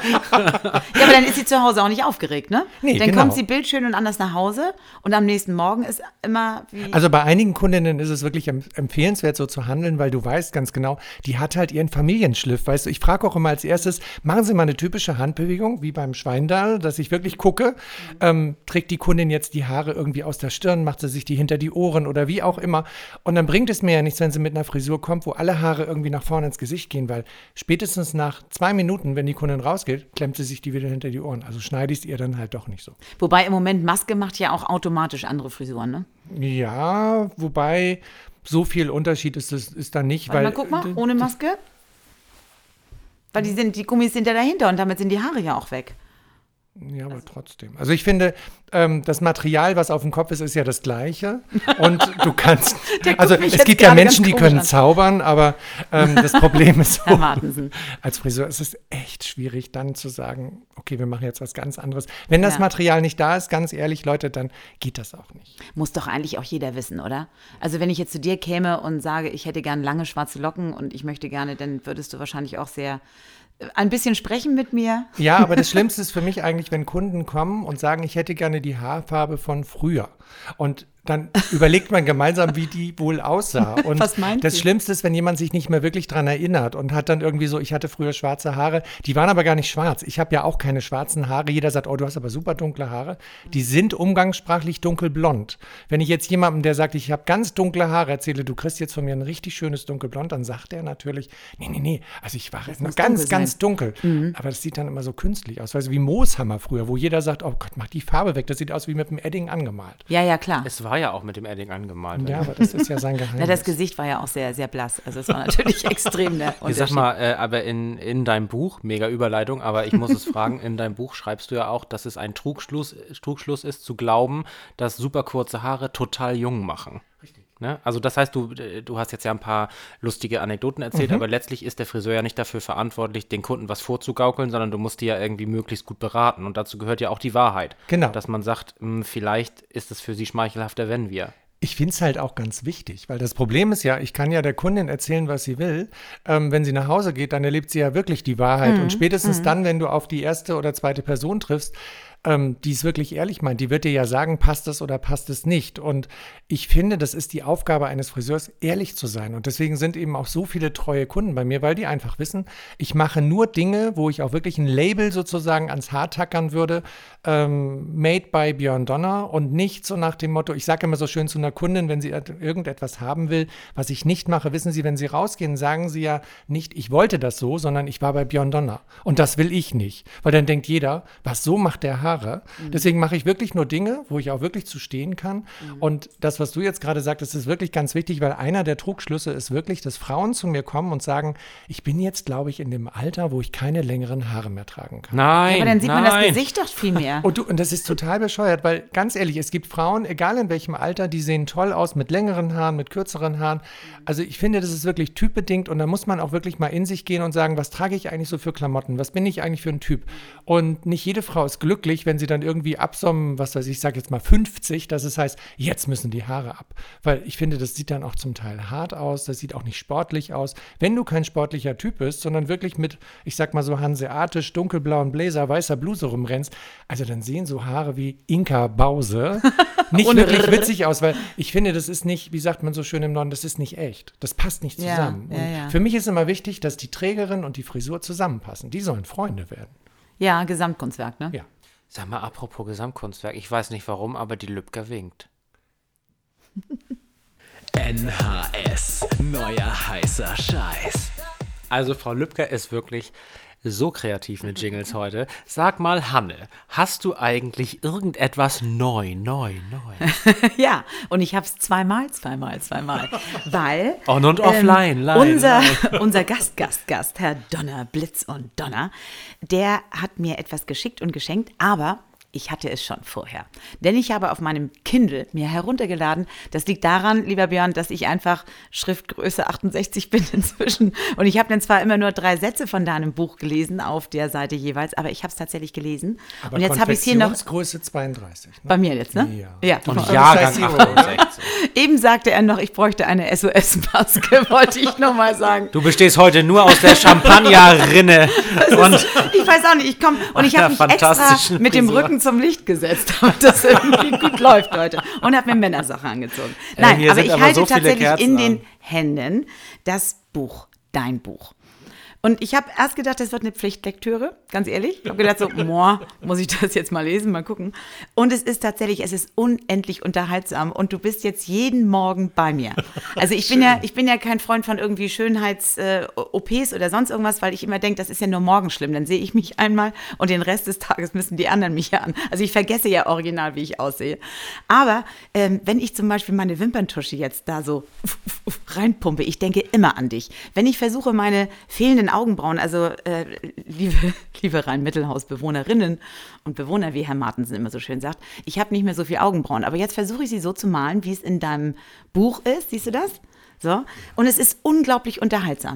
B: Ja, aber dann ist sie zu Hause auch nicht aufgeregt, ne?
D: Nee,
B: dann
D: genau.
B: kommt sie bildschön und anders nach Hause und am nächsten Morgen ist immer wie...
D: Also bei einigen Kundinnen ist es wirklich em- empfehlenswert, so zu handeln, weil du weißt ganz genau, die hat halt ihren Familienschliff. Weißt du, ich frage auch immer als erstes, machen Sie mal eine typische Handbewegung, wie beim Schweindal, dass ich wirklich gucke, ähm, trägt die Kundin jetzt die Haare irgendwie aus der Stirn, macht sie sich die hinter die Ohren oder wie auch immer. Und dann bringt es mir ja nichts, wenn sie mit einer Frisur kommt, wo alle Haare irgendwie nach vorne ins Gesicht gehen, weil spätestens nach zwei Minuten, wenn die Kundin rausgeht, klemmt sie sich die wieder hinter die Ohren. Also schneide ich es ihr dann halt doch nicht so.
B: Wobei im Moment Maske macht ja auch automatisch andere Frisuren, ne?
D: Ja, wobei so viel Unterschied ist es ist da nicht,
B: Warte
D: weil
B: mal, guck mal, ohne Maske. Weil die, sind, die Gummis sind ja dahinter und damit sind die Haare ja auch weg.
D: ja, aber trotzdem. Also ich finde, ähm, das Material, was auf dem Kopf ist, ist ja das gleiche. Und du kannst,
B: guckt
D: also
B: mich
D: es
B: jetzt
D: gibt ja
B: gerade
D: Menschen,
B: ganz
D: die
B: komisch
D: können
B: an.
D: zaubern, aber ähm, das Problem ist so,
B: Herr Martensen.
D: als Friseur ist es echt schwierig, dann zu sagen, okay, wir machen jetzt was ganz anderes. Wenn das
B: Ja.
D: Material nicht da ist, ganz ehrlich, Leute, dann geht das auch nicht.
B: Muss doch eigentlich auch jeder wissen, oder? Also wenn ich jetzt zu dir käme und sage, ich hätte gern lange schwarze Locken und ich möchte gerne, dann würdest du wahrscheinlich auch sehr äh, ein bisschen sprechen mit mir.
D: Ja, aber das Schlimmste ist für mich eigentlich, wenn Kunden kommen und sagen, ich hätte gerne die Haarfarbe von früher. Und dann überlegt man gemeinsam, wie die wohl aussah. Und
B: Was meint
D: das
B: sie?
D: Schlimmste ist, wenn jemand sich nicht mehr wirklich dran erinnert und hat dann irgendwie so, ich hatte früher schwarze Haare, die waren aber gar nicht schwarz. Ich habe ja auch keine schwarzen Haare. Jeder sagt, oh, du hast aber super dunkle Haare. Die sind umgangssprachlich dunkelblond. Wenn ich jetzt jemandem, der sagt, ich habe ganz dunkle Haare, erzähle, du kriegst jetzt von mir ein richtig schönes dunkelblond, dann sagt er natürlich, nee, nee, nee, also ich war jetzt noch ganz,
B: dunkel
D: ganz
B: sein.
D: dunkel. Mhm. Aber das sieht dann immer so künstlich aus, weißt du, wie Mooshammer früher, wo jeder sagt, oh Gott, mach die Farbe weg, das sieht aus wie mit einem Edding angemalt.
B: Ja, ja, klar.
C: Es war ja auch mit dem Edding angemalt.
D: Ja, aber das ist ja sein Geheimnis.
B: Ja, das Gesicht war ja auch sehr, sehr blass. Also es war natürlich extrem der
C: Ich
B: Unterschied.
C: sag mal, äh, aber in, in deinem Buch, mega Überleitung, aber ich muss es fragen, in deinem Buch schreibst du ja auch, dass es ein Trugschluss, Trugschluss ist, zu glauben, dass super kurze Haare total jung machen. Richtig. Ne? Also das heißt, du, du hast jetzt ja ein paar lustige Anekdoten erzählt, mhm. aber letztlich ist der Friseur ja nicht dafür verantwortlich, den Kunden was vorzugaukeln, sondern du musst die ja irgendwie möglichst gut beraten. Und dazu gehört ja auch die Wahrheit.
D: Genau.
C: Dass man sagt, mh, vielleicht ist es für sie schmeichelhafter, wenn wir.
D: Ich finde es halt auch ganz wichtig, weil das Problem ist ja, ich kann ja der Kundin erzählen, was sie will. Ähm, wenn sie nach Hause geht, dann erlebt sie ja wirklich die Wahrheit. Mhm. Und spätestens mhm. dann, wenn du auf die erste oder zweite Person triffst, ähm, die es wirklich ehrlich meint, die wird dir ja sagen, passt es oder passt es nicht. Und ich finde, das ist die Aufgabe eines Friseurs, ehrlich zu sein. Und deswegen sind eben auch so viele treue Kunden bei mir, weil die einfach wissen, ich mache nur Dinge, wo ich auch wirklich ein Label sozusagen ans Haar tackern würde, ähm, made by Björn Donner und nicht so nach dem Motto, ich sage immer so schön zu einer Kundin, wenn sie irgendetwas haben will, was ich nicht mache, wissen Sie, wenn Sie rausgehen, sagen Sie ja nicht, ich wollte das so, sondern ich war bei Björn Donner. Und das will ich nicht. Weil dann denkt jeder, was so macht der Haare? Mhm. Deswegen mache ich wirklich nur Dinge, wo ich auch wirklich zu stehen kann. Mhm. Und das, was du jetzt gerade sagtest, ist wirklich ganz wichtig, weil einer der Trugschlüsse ist wirklich, dass Frauen zu mir kommen und sagen, ich bin jetzt, glaube ich, in dem Alter, wo ich keine längeren Haare mehr tragen kann.
C: Nein,
B: ja, aber dann sieht
C: nein.
B: man das Gesicht doch viel mehr.
D: Und, du, und das ist total bescheuert, weil ganz ehrlich, es gibt Frauen, egal in welchem Alter, die sehen toll aus mit längeren Haaren, mit kürzeren Haaren. Also ich finde, das ist wirklich typbedingt und da muss man auch wirklich mal in sich gehen und sagen, was trage ich eigentlich so für Klamotten? Was bin ich eigentlich für ein Typ? Und nicht jede Frau ist glücklich, wenn sie dann irgendwie ab so einem, was weiß ich, ich sage jetzt mal fünfzig, dass es heißt, jetzt müssen die Haare ab. Weil ich finde, das sieht dann auch zum Teil hart aus, das sieht auch nicht sportlich aus. Wenn du kein sportlicher Typ bist, sondern wirklich mit, ich sag mal so hanseatisch, dunkelblauen Blazer, weißer Bluse rumrennst, also dann sehen so Haare wie Inka Bause nicht wirklich witzig aus, weil ich finde, das ist nicht, wie sagt man so schön im Norden, das ist nicht echt. Das passt nicht zusammen.
B: Ja, ja, ja.
D: Und für mich ist immer wichtig, dass die Trägerin und die Frisur zusammenpassen. Die sollen Freunde werden.
B: Ja, Gesamtkunstwerk, ne?
D: Ja.
C: Sag mal, apropos Gesamtkunstwerk, ich weiß nicht warum, aber die Lübcker winkt.
A: N H S, neuer heißer Scheiß.
C: Also Frau Lübcker ist wirklich so kreativ mit Jingles heute. Sag mal, Hanne, hast du eigentlich irgendetwas neu, neu, neu?
B: Ja, und ich habe es zweimal, zweimal, zweimal, weil
C: On und offline,
B: ähm,
C: line,
B: unser,
C: line.
B: unser Gast, Gast, Gast, Herr Donner, Blitz und Donner, der hat mir etwas geschickt und geschenkt, aber ich hatte es schon vorher. Denn ich habe auf meinem Kindle mir heruntergeladen, das liegt daran, lieber Björn, dass ich einfach Schriftgröße achtundsechzig bin inzwischen. Und ich habe dann zwar immer nur drei Sätze von deinem Buch gelesen auf der Seite jeweils, aber ich habe es tatsächlich gelesen.
D: Aber
B: und jetzt habe ich es hier noch.
D: Konfektionsgröße zweiunddreißig. Ne?
B: Bei mir jetzt, ne?
D: Ja.
B: Ja.
C: Und
D: Das
C: Jahrgang
D: heißt Zero,
C: achtundsechzig.
B: Eben sagte er noch, ich bräuchte eine S O S-Maske, wollte ich noch mal sagen.
C: Du bestehst heute nur aus der Champagnerrinne. Und
B: Ich weiß auch nicht, ich komme und ich habe mich extra
C: fantastischen
B: mit dem
C: Frisur.
B: Rücken zum Licht gesetzt, damit das irgendwie gut läuft heute. Und habe mir Männersache angezogen.
C: Äh,
B: Nein,
C: hier
B: aber
C: sind
B: ich
C: aber
B: halte
C: so viele
B: tatsächlich
C: Kerzen
B: in den
C: an.
B: Händen das Buch, dein Buch. Und ich habe erst gedacht, das wird eine Pflichtlektüre, ganz ehrlich. Ich habe gedacht so, boah, muss ich das jetzt mal lesen, mal gucken. Und es ist tatsächlich, es ist unendlich unterhaltsam und du bist jetzt jeden Morgen bei mir. Also ich bin ja, ich bin ja kein Freund von irgendwie Schönheits-O Ps oder sonst irgendwas, weil ich immer denke, das ist ja nur morgen schlimm. Dann sehe ich mich einmal und den Rest des Tages müssen die anderen mich ja an. Also ich vergesse ja original, wie ich aussehe. Aber ähm, wenn ich zum Beispiel meine Wimperntusche jetzt da so reinpumpe, ich denke immer an dich. Wenn ich versuche, meine fehlenden Augenbrauen, also äh, liebe, liebe Rhein-Mittelhaus-Bewohnerinnen und Bewohner, wie Herr Martensen immer so schön sagt, ich habe nicht mehr so viel Augenbrauen, aber jetzt versuche ich sie so zu malen, wie es in deinem Buch ist, siehst du das? So. Und es ist unglaublich unterhaltsam.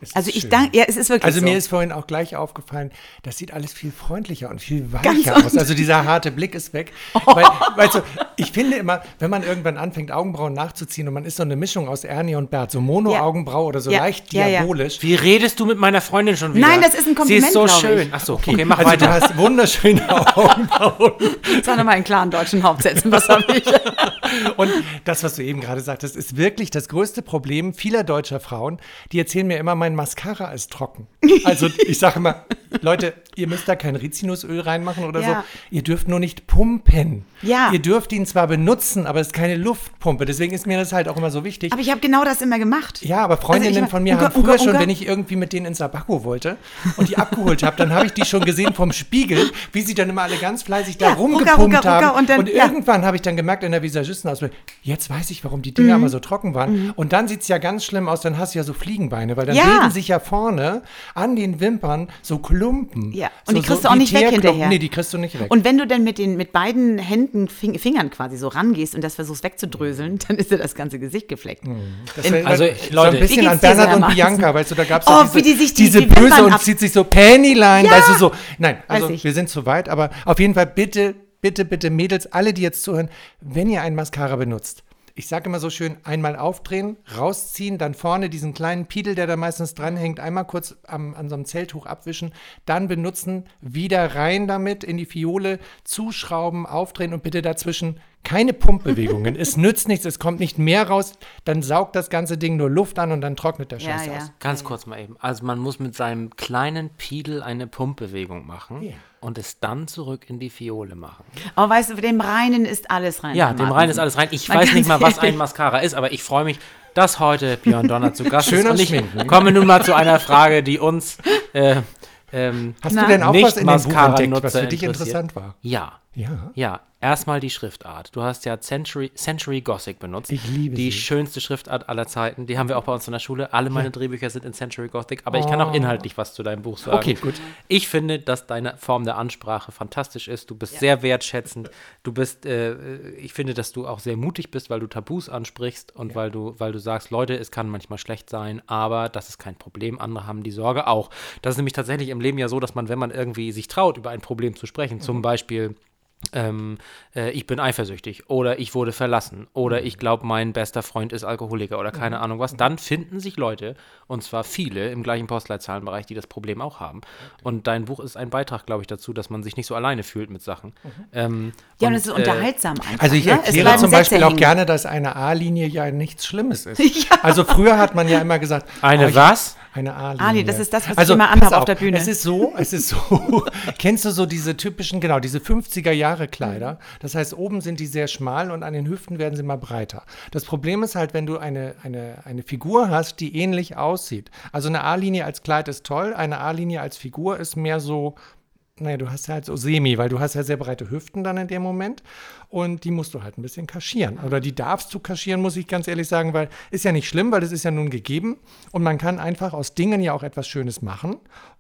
D: Es
B: Also
D: ist
B: ich
D: schön.
B: danke, ja, es ist wirklich
D: Also
B: so.
D: mir ist vorhin auch gleich aufgefallen, das sieht alles viel freundlicher und viel
B: Ganz
D: weicher aus. Also dieser harte Blick ist weg. Weil, weißt du, ich finde immer, wenn man irgendwann anfängt, Augenbrauen nachzuziehen und man ist so eine Mischung aus Ernie und Bert, so Mono-Augenbraue oder so
B: Ja.
D: leicht
B: Ja, ja.
D: diabolisch.
C: Wie redest du mit meiner Freundin schon wieder?
B: Nein, das ist ein Kompliment,
C: Sie ist so
B: glaub ich.
C: schön. Ach so, okay, mach
D: Also
C: weiter.
D: du hast wunderschöne Augenbrauen.
B: Sag nochmal in klaren deutschen Hauptsätzen, was habe ich?
D: Und das, was du eben gerade sagtest, ist wirklich das größte Problem vieler deutscher Frauen. Die erzählen mir immer, mein Mascara ist trocken. Also ich sage immer, Leute, ihr müsst da kein Rizinusöl reinmachen oder
B: Ja.
D: so. Ihr dürft nur nicht pumpen.
B: Ja.
D: Ihr dürft ihn zwar benutzen, aber es ist keine Luftpumpe. Deswegen ist mir das halt auch immer so wichtig.
B: Aber ich habe genau das immer gemacht.
D: Ja, aber Freundinnen
B: Also ich-
D: von mir
B: Ungar-
D: haben früher
B: Ungar-
D: schon,
B: Ungar-
D: wenn ich irgendwie mit denen ins Abaco wollte und die abgeholt habe, dann habe ich die schon gesehen vom Spiegel, wie sie dann immer alle ganz fleißig da
B: Ja,
D: rumgepumpt
B: rucka, rucka,
D: haben.
B: rucka und dann- ja.
D: irgendwann habe ich dann gemerkt in der Visagistenausbildung, jetzt weiß ich, warum die Dinger
B: Mhm.
D: immer so trocken waren. Und dann sieht es ja ganz schlimm aus, dann hast du ja so Fliegenbeine, weil dann
B: Ja.
D: bilden sich ja vorne an den Wimpern so Klumpen.
B: Ja, und
D: so,
B: die kriegst
D: so
B: du auch nicht weg
D: Teerklumpen.
B: hinterher.
D: Nee, die kriegst du nicht weg.
B: Und wenn du dann mit den mit beiden Händen, Fing- Fingern quasi so rangehst und das versuchst wegzudröseln, dann ist dir das ganze Gesicht gefleckt.
D: Das
B: in-
D: wär-
C: Also,
D: so
C: Leute,
D: ein bisschen
B: wie
D: an
B: geht's dir
D: Bernhard
B: so,
D: und
B: Herr
D: Bianca, weißt du, da gab es
B: Oh,
D: diese,
B: wie die sich die-
D: diese
B: die
D: Böse
B: Wimpern
D: und
B: ab-
D: zieht sich so Pennyline,
B: Ja.
D: weißt du, so. Nein, also
B: Weiß ich.
D: wir sind zu weit, aber auf jeden Fall bitte, bitte, bitte Mädels, alle, die jetzt zuhören, wenn ihr ein Mascara benutzt, ich sage immer so schön, einmal aufdrehen, rausziehen, dann vorne diesen kleinen Piedel, der da meistens dranhängt, einmal kurz am, an so einem Zelltuch abwischen, dann benutzen, wieder rein damit in die Fiole, zuschrauben, aufdrehen und bitte dazwischen keine Pumpbewegungen. Es nützt nichts, es kommt nicht mehr raus, dann saugt das ganze Ding nur Luft an und dann trocknet der
B: Ja,
D: Scheiß
B: ja.
D: aus.
C: Ganz kurz mal eben. Also man muss mit seinem kleinen Piedel eine Pumpbewegung machen
D: Ja.
C: und es dann zurück in die Fiole machen.
B: Aber weißt du, dem Reinen ist alles rein.
C: Ja,
B: Herr
C: dem
B: Martensen.
C: Rein ist alles rein. Ich
B: Mal
C: weiß
B: ganz
C: nicht mal, was ein
B: ehrlich.
C: Mascara ist, aber ich freue mich, dass heute Björn Donner zu Gast
D: Schön
C: ist.
D: am
C: Und ich
D: Schminken.
C: komme nun mal zu einer Frage, die uns äh, ähm,
D: Hast
B: Na.
D: du denn auch
C: Nicht
D: was in dem Buch
C: Mascara-Nutzer
D: entdeckt, was für dich
C: interessiert.
D: interessant war?
C: ja.
D: Ja.
C: Ja, erstmal die Schriftart. Du hast ja Century, Century Gothic benutzt.
D: Ich liebe
C: Die
D: sie.
C: schönste Schriftart aller Zeiten. Die haben wir auch bei uns in der Schule. Alle meine Drehbücher sind in Century Gothic, aber ich kann auch inhaltlich was zu deinem Buch sagen.
D: Okay, gut.
C: Ich finde, dass deine Form der Ansprache fantastisch ist. Du bist sehr wertschätzend. Du bist, äh, ich finde, dass du auch sehr mutig bist, weil du Tabus ansprichst und weil du, weil du sagst, Leute, es kann manchmal schlecht sein, aber das ist kein Problem. Andere haben die Sorge auch. Das ist nämlich tatsächlich im Leben ja so, dass man, wenn man irgendwie sich traut, über ein Problem zu sprechen,
D: Mhm.
C: zum Beispiel Ähm, äh, ich bin eifersüchtig oder ich wurde verlassen oder ich glaube, mein bester Freund ist Alkoholiker oder keine Ahnung was, dann finden sich Leute, und zwar viele im gleichen Postleitzahlenbereich, die das Problem auch haben. Und dein Buch ist ein Beitrag, glaube ich, dazu, dass man sich nicht so alleine fühlt mit Sachen. Ähm,
B: Ja, und es ist
C: äh,
B: unterhaltsam einfach.
D: Also ich
B: ne? Es
D: erkläre
B: bleiben
D: zum
B: Sätze
D: Beispiel auch
B: hängen.
D: gerne, dass eine A-Linie ja nichts Schlimmes ist. Also früher hat man ja immer gesagt,
C: Eine
D: oh, ich-
C: was?
D: Eine A-Linie.
B: Ali, das ist das, was
D: also,
B: ich immer
D: pass
B: anhabe auf
D: auf,
B: der Bühne.
D: Es ist so, es ist so, kennst du so diese typischen, genau, diese fünfziger Jahre Kleider? Das heißt, oben sind die sehr schmal und an den Hüften werden sie mal breiter. Das Problem ist halt, wenn du eine, eine, eine Figur hast, die ähnlich aussieht. Also eine A-Linie als Kleid ist toll, eine A-Linie als Figur ist mehr so, naja, du hast halt so semi, weil du hast ja sehr breite Hüften dann in dem Moment und die musst du halt ein bisschen kaschieren. Oder die darfst du kaschieren, muss ich ganz ehrlich sagen, weil ist ja nicht schlimm, weil das ist ja nun gegeben und man kann einfach aus Dingen ja auch etwas Schönes machen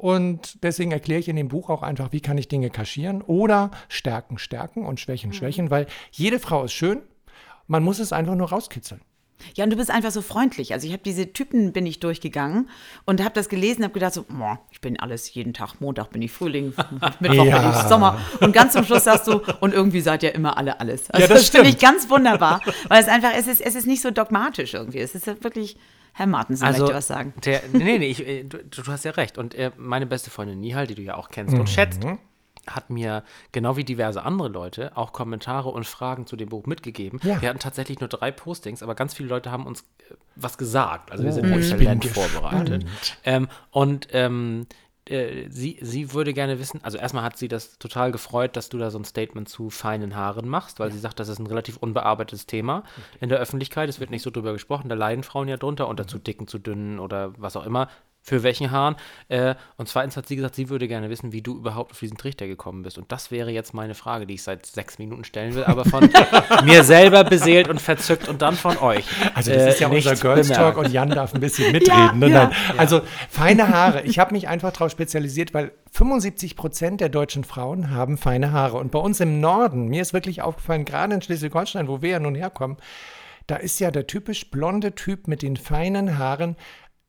D: und deswegen erkläre ich in dem Buch auch einfach, wie kann ich Dinge kaschieren oder stärken, stärken und schwächen, schwächen, weil jede Frau ist schön, man muss es einfach nur rauskitzeln.
B: Ja, und du bist einfach so freundlich. Also ich habe diese Typen, bin ich durchgegangen und habe das gelesen, habe gedacht so, boah, ich bin alles jeden Tag. Montag bin ich Frühling, Mittwoch
D: Ja.
B: bin ich Sommer. Und ganz zum Schluss sagst du, und irgendwie seid ihr immer alle alles. Also
D: Ja, das
B: das finde ich
D: stimmt.
B: ganz wunderbar, weil es einfach, es ist, es ist nicht so dogmatisch irgendwie. Es ist ja wirklich, Herr Martensen möchte was sagen.
C: Der, nee, nee, ich, äh, du, du hast ja recht. Und äh, meine beste Freundin Nihal, die du ja auch kennst und schätzt, hat mir, genau wie diverse andere Leute, auch Kommentare und Fragen zu dem Buch mitgegeben.
D: Ja.
C: Wir hatten tatsächlich nur drei Postings, aber ganz viele Leute haben uns äh, was gesagt. Also wir sind
D: Oh,
C: nicht
D: ich
C: exzellent
D: bin
C: vorbereitet. Ähm, und ähm, äh, sie, sie würde gerne wissen, also erstmal hat sie das total gefreut, dass du da so ein Statement zu feinen Haaren machst, weil sie sagt, das ist ein relativ unbearbeitetes Thema in der Öffentlichkeit. Es wird nicht so drüber gesprochen, da leiden Frauen ja drunter, unter zu dicken, zu dünnen oder was auch immer. Für welchen Haaren? Äh, und zweitens hat sie gesagt, sie würde gerne wissen, wie du überhaupt auf diesen Trichter gekommen bist. Und das wäre jetzt meine Frage, die ich seit sechs Minuten stellen will, aber von mir selber beseelt und verzückt und dann von euch.
D: Also das
C: äh,
D: ist ja unser
C: nicht
D: Girls
C: bemerkt.
D: Talk und Jan darf ein bisschen mitreden. ne?
B: ja.
D: Nein. Also feine Haare. Ich habe mich einfach darauf spezialisiert, weil fünfundsiebzig Prozent der deutschen Frauen haben feine Haare. Und bei uns im Norden, mir ist wirklich aufgefallen, gerade in Schleswig-Holstein, wo wir ja nun herkommen, da ist ja der typisch blonde Typ mit den feinen Haaren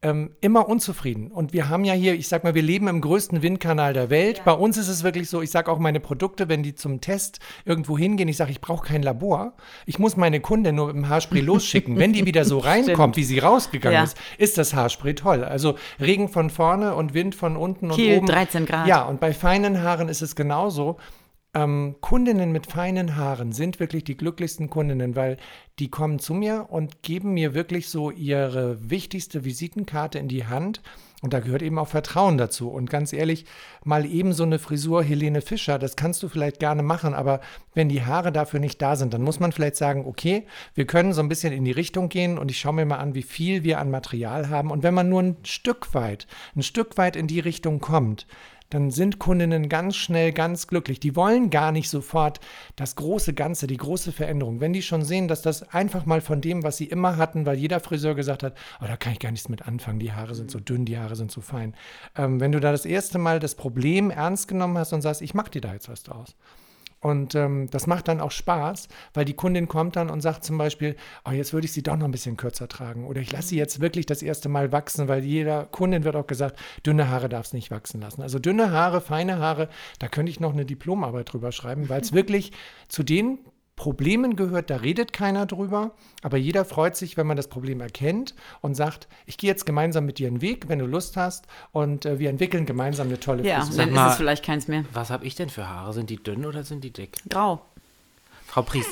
D: ähm, immer unzufrieden. Und wir haben ja hier, ich sag mal, wir leben im größten Windkanal der Welt. Ja. Bei uns ist es wirklich so, ich sage auch meine Produkte, wenn die zum Test irgendwo hingehen, ich sage, ich brauche kein Labor. Ich muss meine Kundin nur mit dem Haarspray losschicken. Wenn die wieder so reinkommt, wie sie rausgegangen ja. ist, ist das Haarspray toll. Also Regen von vorne und Wind von unten und
B: Kiel,
D: oben.
B: dreizehn Grad.
D: Ja, und bei feinen Haaren ist es genauso. Ähm, Kundinnen mit feinen Haaren sind wirklich die glücklichsten Kundinnen, weil die kommen zu mir und geben mir wirklich so ihre wichtigste Visitenkarte in die Hand. Und da gehört eben auch Vertrauen dazu. Und ganz ehrlich, mal eben so eine Frisur Helene Fischer, das kannst du vielleicht gerne machen, aber wenn die Haare dafür nicht da sind, dann muss man vielleicht sagen, okay, wir können so ein bisschen in die Richtung gehen und ich schaue mir mal an, wie viel wir an Material haben. Und wenn man nur ein Stück weit, ein Stück weit in die Richtung kommt, dann sind Kundinnen ganz schnell ganz glücklich. Die wollen gar nicht sofort das große Ganze, die große Veränderung. Wenn die schon sehen, dass das einfach mal von dem, was sie immer hatten, weil jeder Friseur gesagt hat, oh, da kann ich gar nichts mit anfangen, die Haare sind so dünn, die Haare sind so fein. Ähm, wenn du da das erste Mal das Problem ernst genommen hast und sagst, ich mach dir da jetzt was draus. Und ähm, das macht dann auch Spaß, weil die Kundin kommt dann und sagt zum Beispiel, oh, jetzt würde ich sie doch noch ein bisschen kürzer tragen. Oder ich lasse sie jetzt wirklich das erste Mal wachsen, weil jeder Kundin wird auch gesagt, dünne Haare darf es nicht wachsen lassen. Also dünne Haare, feine Haare, da könnte ich noch eine Diplomarbeit drüber schreiben, weil es wirklich zu den Problemen gehört, da redet keiner drüber, aber jeder freut sich, wenn man das Problem erkennt und sagt, ich gehe jetzt gemeinsam mit dir einen Weg, wenn du Lust hast und äh, wir entwickeln gemeinsam eine tolle
B: Ja,
D: Frisur.
B: dann
C: mal,
B: ist es vielleicht keins mehr.
C: Was habe ich denn für Haare? Sind die dünn oder sind die dick?
B: Grau.
C: Frau Pries.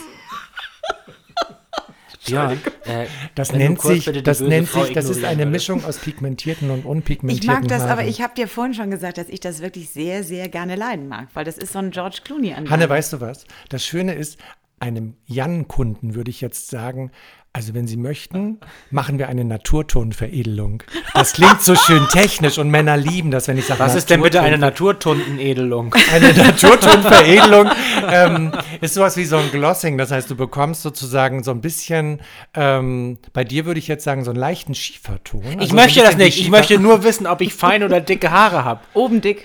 C: Ja, äh,
D: das nennt sich, das nennt sich, das ist eine Mischung aus pigmentierten und unpigmentierten
B: Ich mag das,
D: Haaren.
B: aber ich habe dir vorhin schon gesagt, dass ich das wirklich sehr, sehr gerne leiden mag, weil das ist so ein George Clooney an.
D: Hanne, weißt du was? Das Schöne ist, einem Jan-Kunden würde ich jetzt sagen, also wenn Sie möchten, machen wir eine Naturtonveredelung. Das klingt so schön technisch und Männer lieben das, wenn ich sage,
C: was ist denn bitte eine Naturtontenedelung?
D: Eine Naturtonveredelung ähm, ist sowas wie so ein Glossing. Das heißt, du bekommst sozusagen so ein bisschen, ähm, bei dir würde ich jetzt sagen, so einen leichten Schieferton. Also
C: ich möchte
D: so
C: das nicht. Ich möchte nur wissen, ob ich feine oder dicke Haare habe.
B: Oben dick.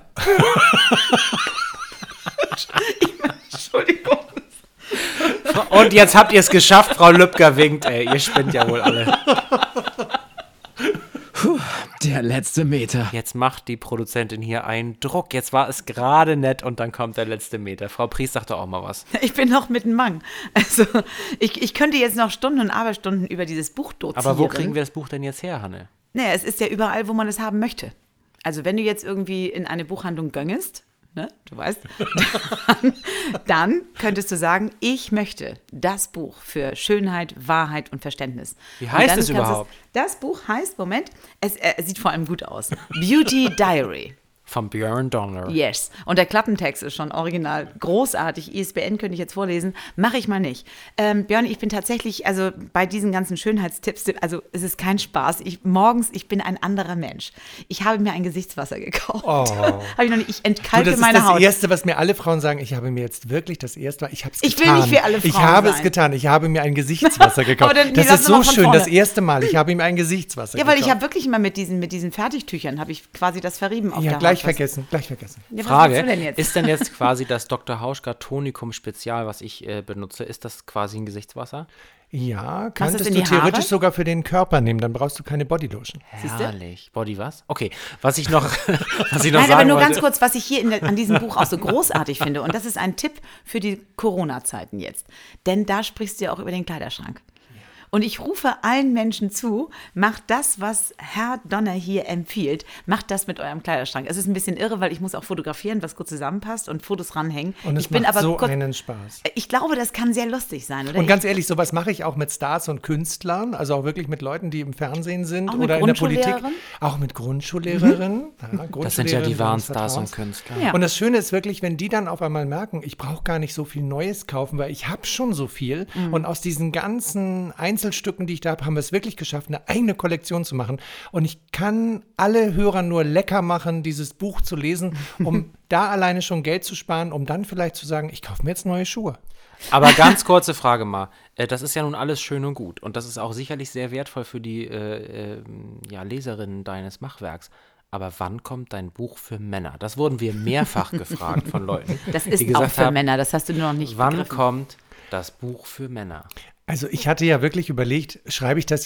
B: Entschuldigung.
C: Und jetzt habt ihr es geschafft, Frau Lübcker winkt, ey, ihr spinnt ja wohl alle.
A: Puh, der letzte Meter.
C: Jetzt macht die Produzentin hier einen Druck. Jetzt war es gerade nett und dann kommt der letzte Meter. Frau Pries sagt doch auch mal was.
B: Ich bin noch mit dem Mang. Also ich, ich könnte jetzt noch Stunden und Aberstunden über dieses Buch dozieren.
C: Aber wo kriegen wir das Buch denn jetzt her, Hanne?
B: Naja, es ist ja überall, wo man es haben möchte. Also wenn du jetzt irgendwie in eine Buchhandlung göngest, ne, du weißt, dann, dann könntest du sagen, ich möchte das Buch für Schönheit, Wahrheit und Verständnis.
C: Wie heißt es
B: es
C: überhaupt?
B: Das Buch heißt, Moment, es äh, sieht vor allem gut aus, Beauty Diary.
C: Von Björn Donner.
B: Yes. Und der Klappentext ist schon original großartig. I S B N könnte ich jetzt vorlesen. Mache ich mal nicht. Ähm, Björn, ich bin tatsächlich, also bei diesen ganzen Schönheitstipps, also es ist kein Spaß. Ich, morgens, ich bin ein anderer Mensch. Ich habe mir ein Gesichtswasser gekauft.
D: Oh.
B: habe ich noch nicht. Ich entkalte
D: du, das
B: meine
D: ist das
B: Haut.
D: Erste, was mir alle Frauen sagen. Ich habe mir jetzt wirklich das erste Mal, ich habe es
B: Ich
D: getan.
B: will nicht für alle Frauen
D: Ich habe
B: sein.
D: es getan. Ich habe mir ein Gesichtswasser gekauft.
B: Aber dann,
D: das
B: lass
D: ist
B: mal
D: so
B: von
D: schön.
B: vorne.
D: Das erste Mal. Ich habe mir ein Gesichtswasser
B: Ja,
D: gekauft.
B: weil ich habe wirklich immer mit diesen, mit diesen Fertigtüchern, habe ich quasi das verrieben auf
D: Ja,
B: der
D: gleich
B: Haut.
D: vergessen. Gleich vergessen.
B: Ja, was
C: Frage,
B: willst du denn jetzt?
C: ist denn jetzt quasi das Doktor Hauschka Tonikum Spezial, was ich äh, benutze, ist das quasi ein Gesichtswasser?
D: Ja,
B: es
D: könntest
B: in
D: du
B: die
D: theoretisch
B: Haare?
D: sogar für den Körper nehmen. Dann brauchst du keine Bodylotion.
B: Siehste?
C: Herrlich. Body was? Okay, was ich noch, was ich noch
B: Nein,
C: sagen
B: aber nur
C: wollte.
B: ganz kurz, was ich hier in der, an diesem Buch auch so großartig finde. Und das ist ein Tipp für die Corona-Zeiten jetzt. Denn da sprichst du ja auch über den Kleiderschrank. Und ich rufe allen Menschen zu, macht das, was Herr Donner hier empfiehlt, macht das mit eurem Kleiderschrank. Es ist ein bisschen irre, weil ich muss auch fotografieren, was gut zusammenpasst und Fotos ranhängen.
D: Und es
B: ich bin
D: macht
B: aber
D: so
B: kurz,
D: einen Spaß.
B: Ich glaube, das kann sehr lustig sein, oder?
D: Und ganz ehrlich, sowas mache ich auch mit Stars und Künstlern, also auch wirklich mit Leuten, die im Fernsehen sind
B: Auch mit
D: oder in der Politik.
B: Grundschullehrerin?
D: Auch mit Grundschullehrerinnen. Mhm. Ja,
C: Das sind ja die
D: Grundschullehrerin
C: wahren
D: des
C: Stars und
D: Vertrauens.
C: Künstler.
B: Ja.
D: Und das Schöne ist wirklich, wenn die dann auf einmal merken, ich brauche gar nicht so viel Neues kaufen, weil ich habe schon so viel.
B: Mhm.
D: Und aus diesen ganzen Einzelstücken, die ich da habe, haben wir es wirklich geschafft, eine eigene Kollektion zu machen. Und ich kann alle Hörer nur lecker machen, dieses Buch zu lesen, um da alleine schon Geld zu sparen, um dann vielleicht zu sagen, ich kaufe mir jetzt neue Schuhe.
C: Aber ganz kurze Frage mal. Äh, Das ist ja nun alles schön und gut. Und das ist auch sicherlich sehr wertvoll für die äh, äh, ja, Leserinnen deines Machwerks. Aber wann kommt dein Buch für Männer? Das wurden wir mehrfach gefragt von Leuten.
B: das
C: die
B: ist auch
C: gesagt
B: für
C: haben,
B: Männer, das hast du nur noch nicht
C: Wann
B: begriffen.
C: kommt das Buch für Männer?
D: Also ich hatte ja wirklich überlegt, schreibe ich das jetzt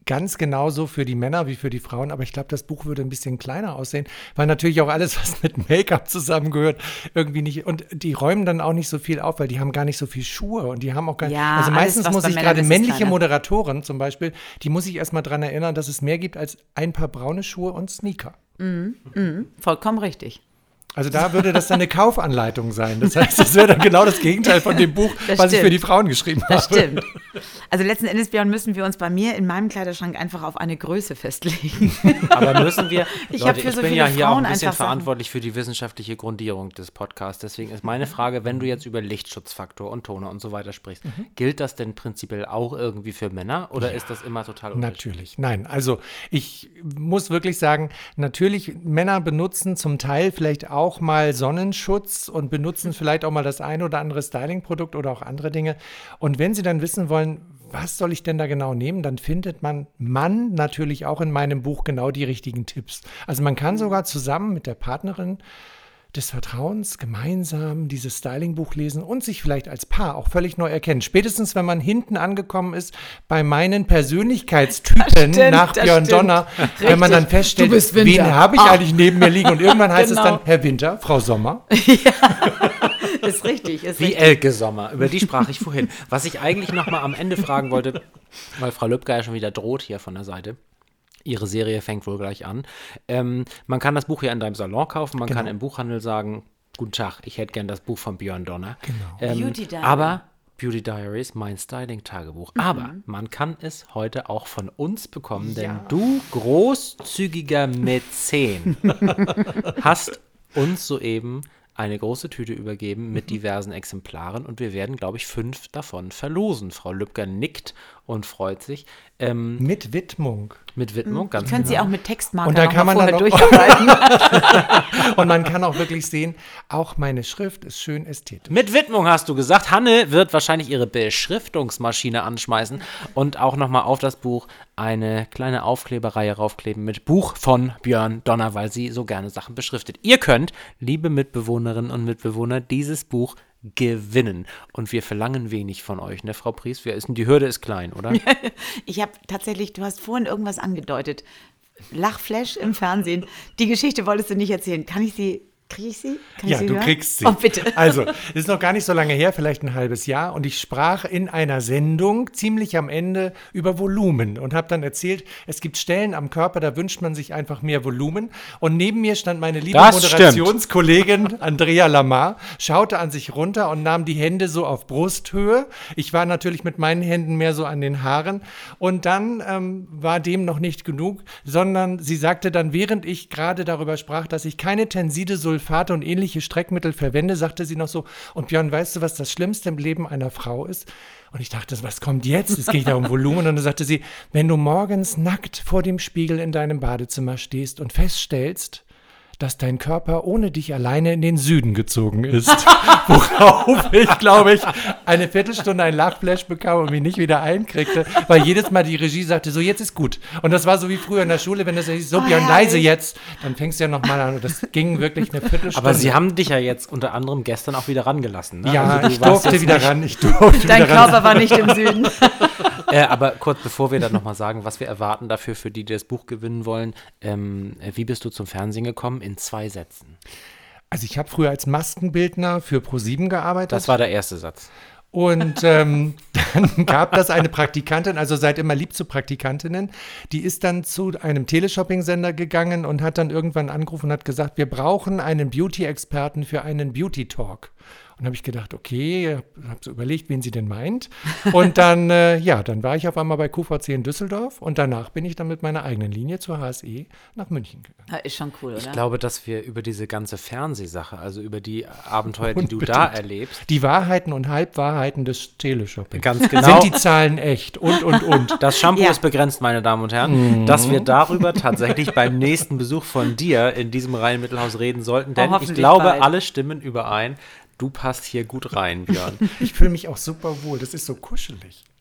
D: ganz genauso für die Männer wie für die Frauen, aber ich glaube, das Buch würde ein bisschen kleiner aussehen, weil natürlich auch alles, was mit Make-up zusammengehört, irgendwie nicht, und die räumen dann auch nicht so viel auf, weil die haben gar nicht so viel Schuhe und die haben auch gar nicht,
B: Ja,
D: also meistens
B: alles, was
D: muss
B: bei
D: ich
B: Männern
D: gerade
B: ist, ist
D: männliche
B: kleiner.
D: Moderatoren zum Beispiel, die muss ich erstmal dran erinnern, dass es mehr gibt als ein paar braune Schuhe und Sneaker.
B: Vollkommen richtig.
D: Also da würde das dann eine Kaufanleitung sein. Das heißt, das wäre dann genau das Gegenteil von dem Buch,
B: Das
D: was ich
B: stimmt.
D: für die Frauen geschrieben habe.
B: Das stimmt. Also letzten Endes, Björn, müssen wir uns bei mir in meinem Kleiderschrank einfach auf eine Größe festlegen.
C: Aber müssen wir,
B: Ich
C: Leute,
B: hab für
C: ich
B: so
C: bin
B: viele
C: ja hier auch
B: Frauen
C: ein bisschen
B: einfach Sachen.
C: verantwortlich für die wissenschaftliche Grundierung des Podcasts. Deswegen ist meine Frage, wenn du jetzt über Lichtschutzfaktor und Toner und so weiter sprichst,
B: Mhm.
C: gilt das denn prinzipiell auch irgendwie für Männer oder ist das immer total unterschiedlich?
D: Natürlich, nein. Also ich muss wirklich sagen, natürlich, Männer benutzen zum Teil vielleicht auch mal Sonnenschutz und benutzen vielleicht auch mal das ein oder andere Styling-Produkt oder auch andere Dinge. Und wenn sie dann wissen wollen, was soll ich denn da genau nehmen, dann findet man, man natürlich auch in meinem Buch genau die richtigen Tipps. Also man kann sogar zusammen mit der Partnerin des Vertrauens gemeinsam dieses Styling-Buch lesen und sich vielleicht als Paar auch völlig neu erkennen. Spätestens, wenn man hinten angekommen ist bei meinen Persönlichkeitstypen
B: Das stimmt,
D: nach
B: das
D: Björn
B: stimmt.
D: Donner, wenn man dann
B: Richtig.
D: feststellt,
B: Du bist Winter.
D: wen habe ich
B: Ah.
D: eigentlich neben mir liegen und irgendwann heißt
B: Genau.
D: es dann Herr Winter, Frau Sommer.
B: Ist richtig, ist
C: Wie
B: richtig.
C: Elke Sommer, über die sprach ich vorhin. Was ich eigentlich noch mal am Ende fragen wollte, weil Frau Lübcker ja schon wieder droht hier von der Seite. Ihre Serie fängt wohl gleich an. Ähm, man kann das Buch ja in deinem Salon kaufen, man
D: Genau.
C: kann im Buchhandel sagen, guten Tag, ich hätte gern das Buch von Björn Donner.
D: Genau.
C: Ähm,
B: Beauty Diary.
C: Aber Beauty Diaries, mein Styling-Tagebuch.
B: Mhm.
C: Aber man kann es heute auch von uns bekommen, denn du, großzügiger Mäzen, hast uns soeben eine große Tüte übergeben mit diversen Exemplaren und wir werden, glaube ich, fünf davon verlosen. Frau Lübcker nickt und freut sich. Ähm,
D: Mit Widmung.
C: mit Widmung, ganz
B: Können
C: genau.
B: Sie auch mit Textmarker
D: Und da
B: noch
D: kann
B: mal
D: man
B: vorher
D: dann
B: durcharbeiten?
D: Und man kann auch wirklich sehen, auch meine Schrift ist schön ästhetisch.
C: Mit Widmung hast du gesagt. Hanne wird wahrscheinlich ihre Beschriftungsmaschine anschmeißen und auch nochmal auf das Buch eine kleine Aufkleberreihe raufkleben mit Buch von Björn Donner, weil sie so gerne Sachen beschriftet. Ihr könnt, liebe Mitbewohnerinnen und Mitbewohner, dieses Buch gewinnen. Und wir verlangen wenig von euch, ne, Frau Pries? Wir ist, die Hürde ist klein, oder?
B: Ich habe tatsächlich, du hast vorhin irgendwas angedeutet. Lachflash im Fernsehen. Die Geschichte wolltest du nicht erzählen. Kann ich sie, kriege ich sie? Kann
D: Ja,
B: ich sie
D: du
B: hören?
D: kriegst sie.
B: Oh, bitte.
D: Also, es ist noch gar nicht so lange her, vielleicht ein halbes Jahr. Und ich sprach in einer Sendung ziemlich am Ende über Volumen und habe dann erzählt, es gibt Stellen am Körper, da wünscht man sich einfach mehr Volumen. Und neben mir stand meine liebe
C: Das
D: Moderationskollegin Andrea Lamar, schaute an sich runter und nahm die Hände so auf Brusthöhe. Ich war natürlich mit meinen Händen mehr so an den Haaren. Und dann ähm, war dem noch nicht genug, sondern sie sagte dann, während ich gerade darüber sprach, dass ich keine Tenside, Sulfate und ähnliche Streckmittel verwende, sagte sie noch so, und Björn, weißt du, was das Schlimmste im Leben einer Frau ist? Und ich dachte, was kommt jetzt? Es geht ja um Volumen. Und dann sagte sie, wenn du morgens nackt vor dem Spiegel in deinem Badezimmer stehst und feststellst, dass dein Körper ohne dich alleine in den Süden gezogen ist. Worauf ich, glaube ich, eine Viertelstunde ein Lachflash bekam und mich nicht wieder einkriegte, weil jedes Mal die Regie sagte, so jetzt ist gut. Und das war so wie früher in der Schule, wenn das hieß, so Björn, leise jetzt, dann fängst du ja nochmal an. Und das ging wirklich eine Viertelstunde.
C: Aber Sie haben dich ja jetzt unter anderem gestern auch wieder rangelassen. Ne?
D: Ja,
C: Also du
D: ich
C: warst
D: durfte
C: jetzt
D: wieder
C: nicht-
D: ran. Ich durfte
B: Dein
D: wieder ran.
B: Körper war nicht im Süden.
C: Äh, aber kurz bevor wir dann nochmal sagen, was wir erwarten dafür, für die, die das Buch gewinnen wollen, ähm, wie bist du zum Fernsehen gekommen? In zwei Sätzen.
D: Also ich habe früher als Maskenbildner für ProSieben gearbeitet.
C: Das war der erste Satz.
D: Und ähm, dann gab das eine Praktikantin, also seid immer lieb zu Praktikantinnen, die ist dann zu einem Teleshopping-Sender gegangen und hat dann irgendwann angerufen und hat gesagt, wir brauchen einen Beauty-Experten für einen Beauty-Talk. Und habe ich gedacht, okay, habe so überlegt, wen sie denn meint. Und dann, äh, ja, dann war ich auf einmal bei Q V C in Düsseldorf und danach bin ich dann mit meiner eigenen Linie zur H S E nach München gegangen.
B: Ist schon cool, oder?
C: Ich glaube, dass wir über diese ganze Fernsehsache, also über die Abenteuer, die du
D: Unbedingt.
C: da erlebst,
D: Die Wahrheiten und Halbwahrheiten des Teleshopping.
C: ganz genau.
D: Sind die Zahlen echt? Und, und, und.
C: Das Shampoo
B: Ja.
C: ist begrenzt, meine Damen und Herren, dass wir darüber tatsächlich beim nächsten Besuch von dir in diesem Rhein-Mittelhaus reden sollten, denn ich
B: hoffentlich
C: glaube,
B: bald.
C: alle stimmen überein. Du passt hier gut rein, Björn.
D: Ich fühle mich auch super wohl. Das ist so kuschelig.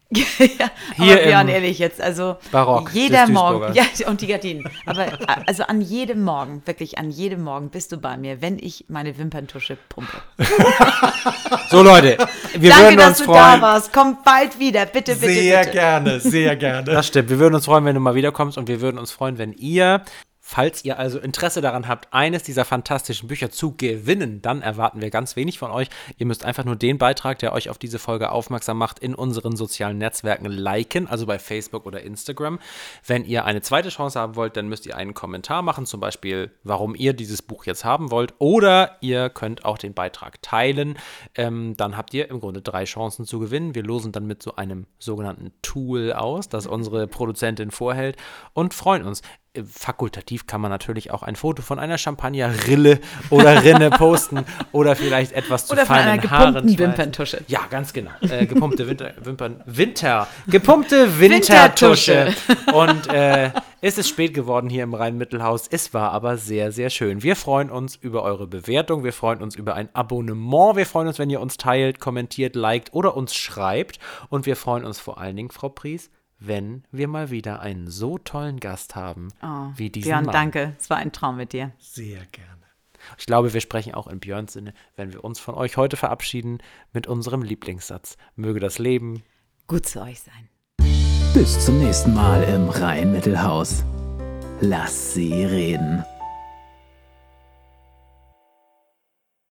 B: ja,
C: Hier
B: aber Björn,
C: im
B: ehrlich jetzt, also
C: Barock
B: jeder
C: des
B: Morgen, ja,
C: Duisburgers.
B: und die Gardinen, aber also an jedem Morgen, wirklich an jedem Morgen bist du bei mir, wenn ich meine Wimperntusche pumpe.
C: So Leute, wir
B: Danke,
C: würden
B: dass
C: uns
B: du
C: freuen.
B: da warst. Komm bald wieder, bitte, bitte,
D: Sehr
B: bitte.
D: gerne, sehr gerne.
C: Das stimmt. Wir würden uns freuen, wenn du mal wiederkommst und wir würden uns freuen, wenn ihr, falls ihr also Interesse daran habt, eines dieser fantastischen Bücher zu gewinnen, dann erwarten wir ganz wenig von euch. Ihr müsst einfach nur den Beitrag, der euch auf diese Folge aufmerksam macht, in unseren sozialen Netzwerken liken, also bei Facebook oder Instagram. Wenn ihr eine zweite Chance haben wollt, dann müsst ihr einen Kommentar machen, zum Beispiel, warum ihr dieses Buch jetzt haben wollt, oder ihr könnt auch den Beitrag teilen. Ähm, dann habt ihr im Grunde drei Chancen zu gewinnen. Wir losen dann mit so einem sogenannten Tool aus, das unsere Produzentin vorhält, und freuen uns. Fakultativ kann man natürlich auch ein Foto von einer Champagnerrille oder Rinne posten oder vielleicht etwas zu
B: Oder von
C: feinen
B: einer gepumpten
C: Haaren schmeißen.
B: Wimperntusche.
C: Ja, ganz genau. Äh, gepumpte Winter, Wimpern, Winter, gepumpte Wintertusche. Und äh, es ist spät geworden hier im Rhein-Mittelhaus. Es war aber sehr, sehr schön. Wir freuen uns über eure Bewertung. Wir freuen uns über ein Abonnement. Wir freuen uns, wenn ihr uns teilt, kommentiert, liked oder uns schreibt. Und wir freuen uns vor allen Dingen, Frau Pries, wenn wir mal wieder einen so tollen Gast haben
B: Oh,
C: wie diesen
B: Björn,
C: Mann.
B: danke. Es war ein Traum mit dir.
D: Sehr gerne.
C: Ich glaube, wir sprechen auch in Björns Sinne, wenn wir uns von euch heute verabschieden mit unserem Lieblingssatz. Möge das Leben
B: Gut zu euch sein.
A: Bis zum nächsten Mal im Rhein-Mittelhaus. Lass sie reden.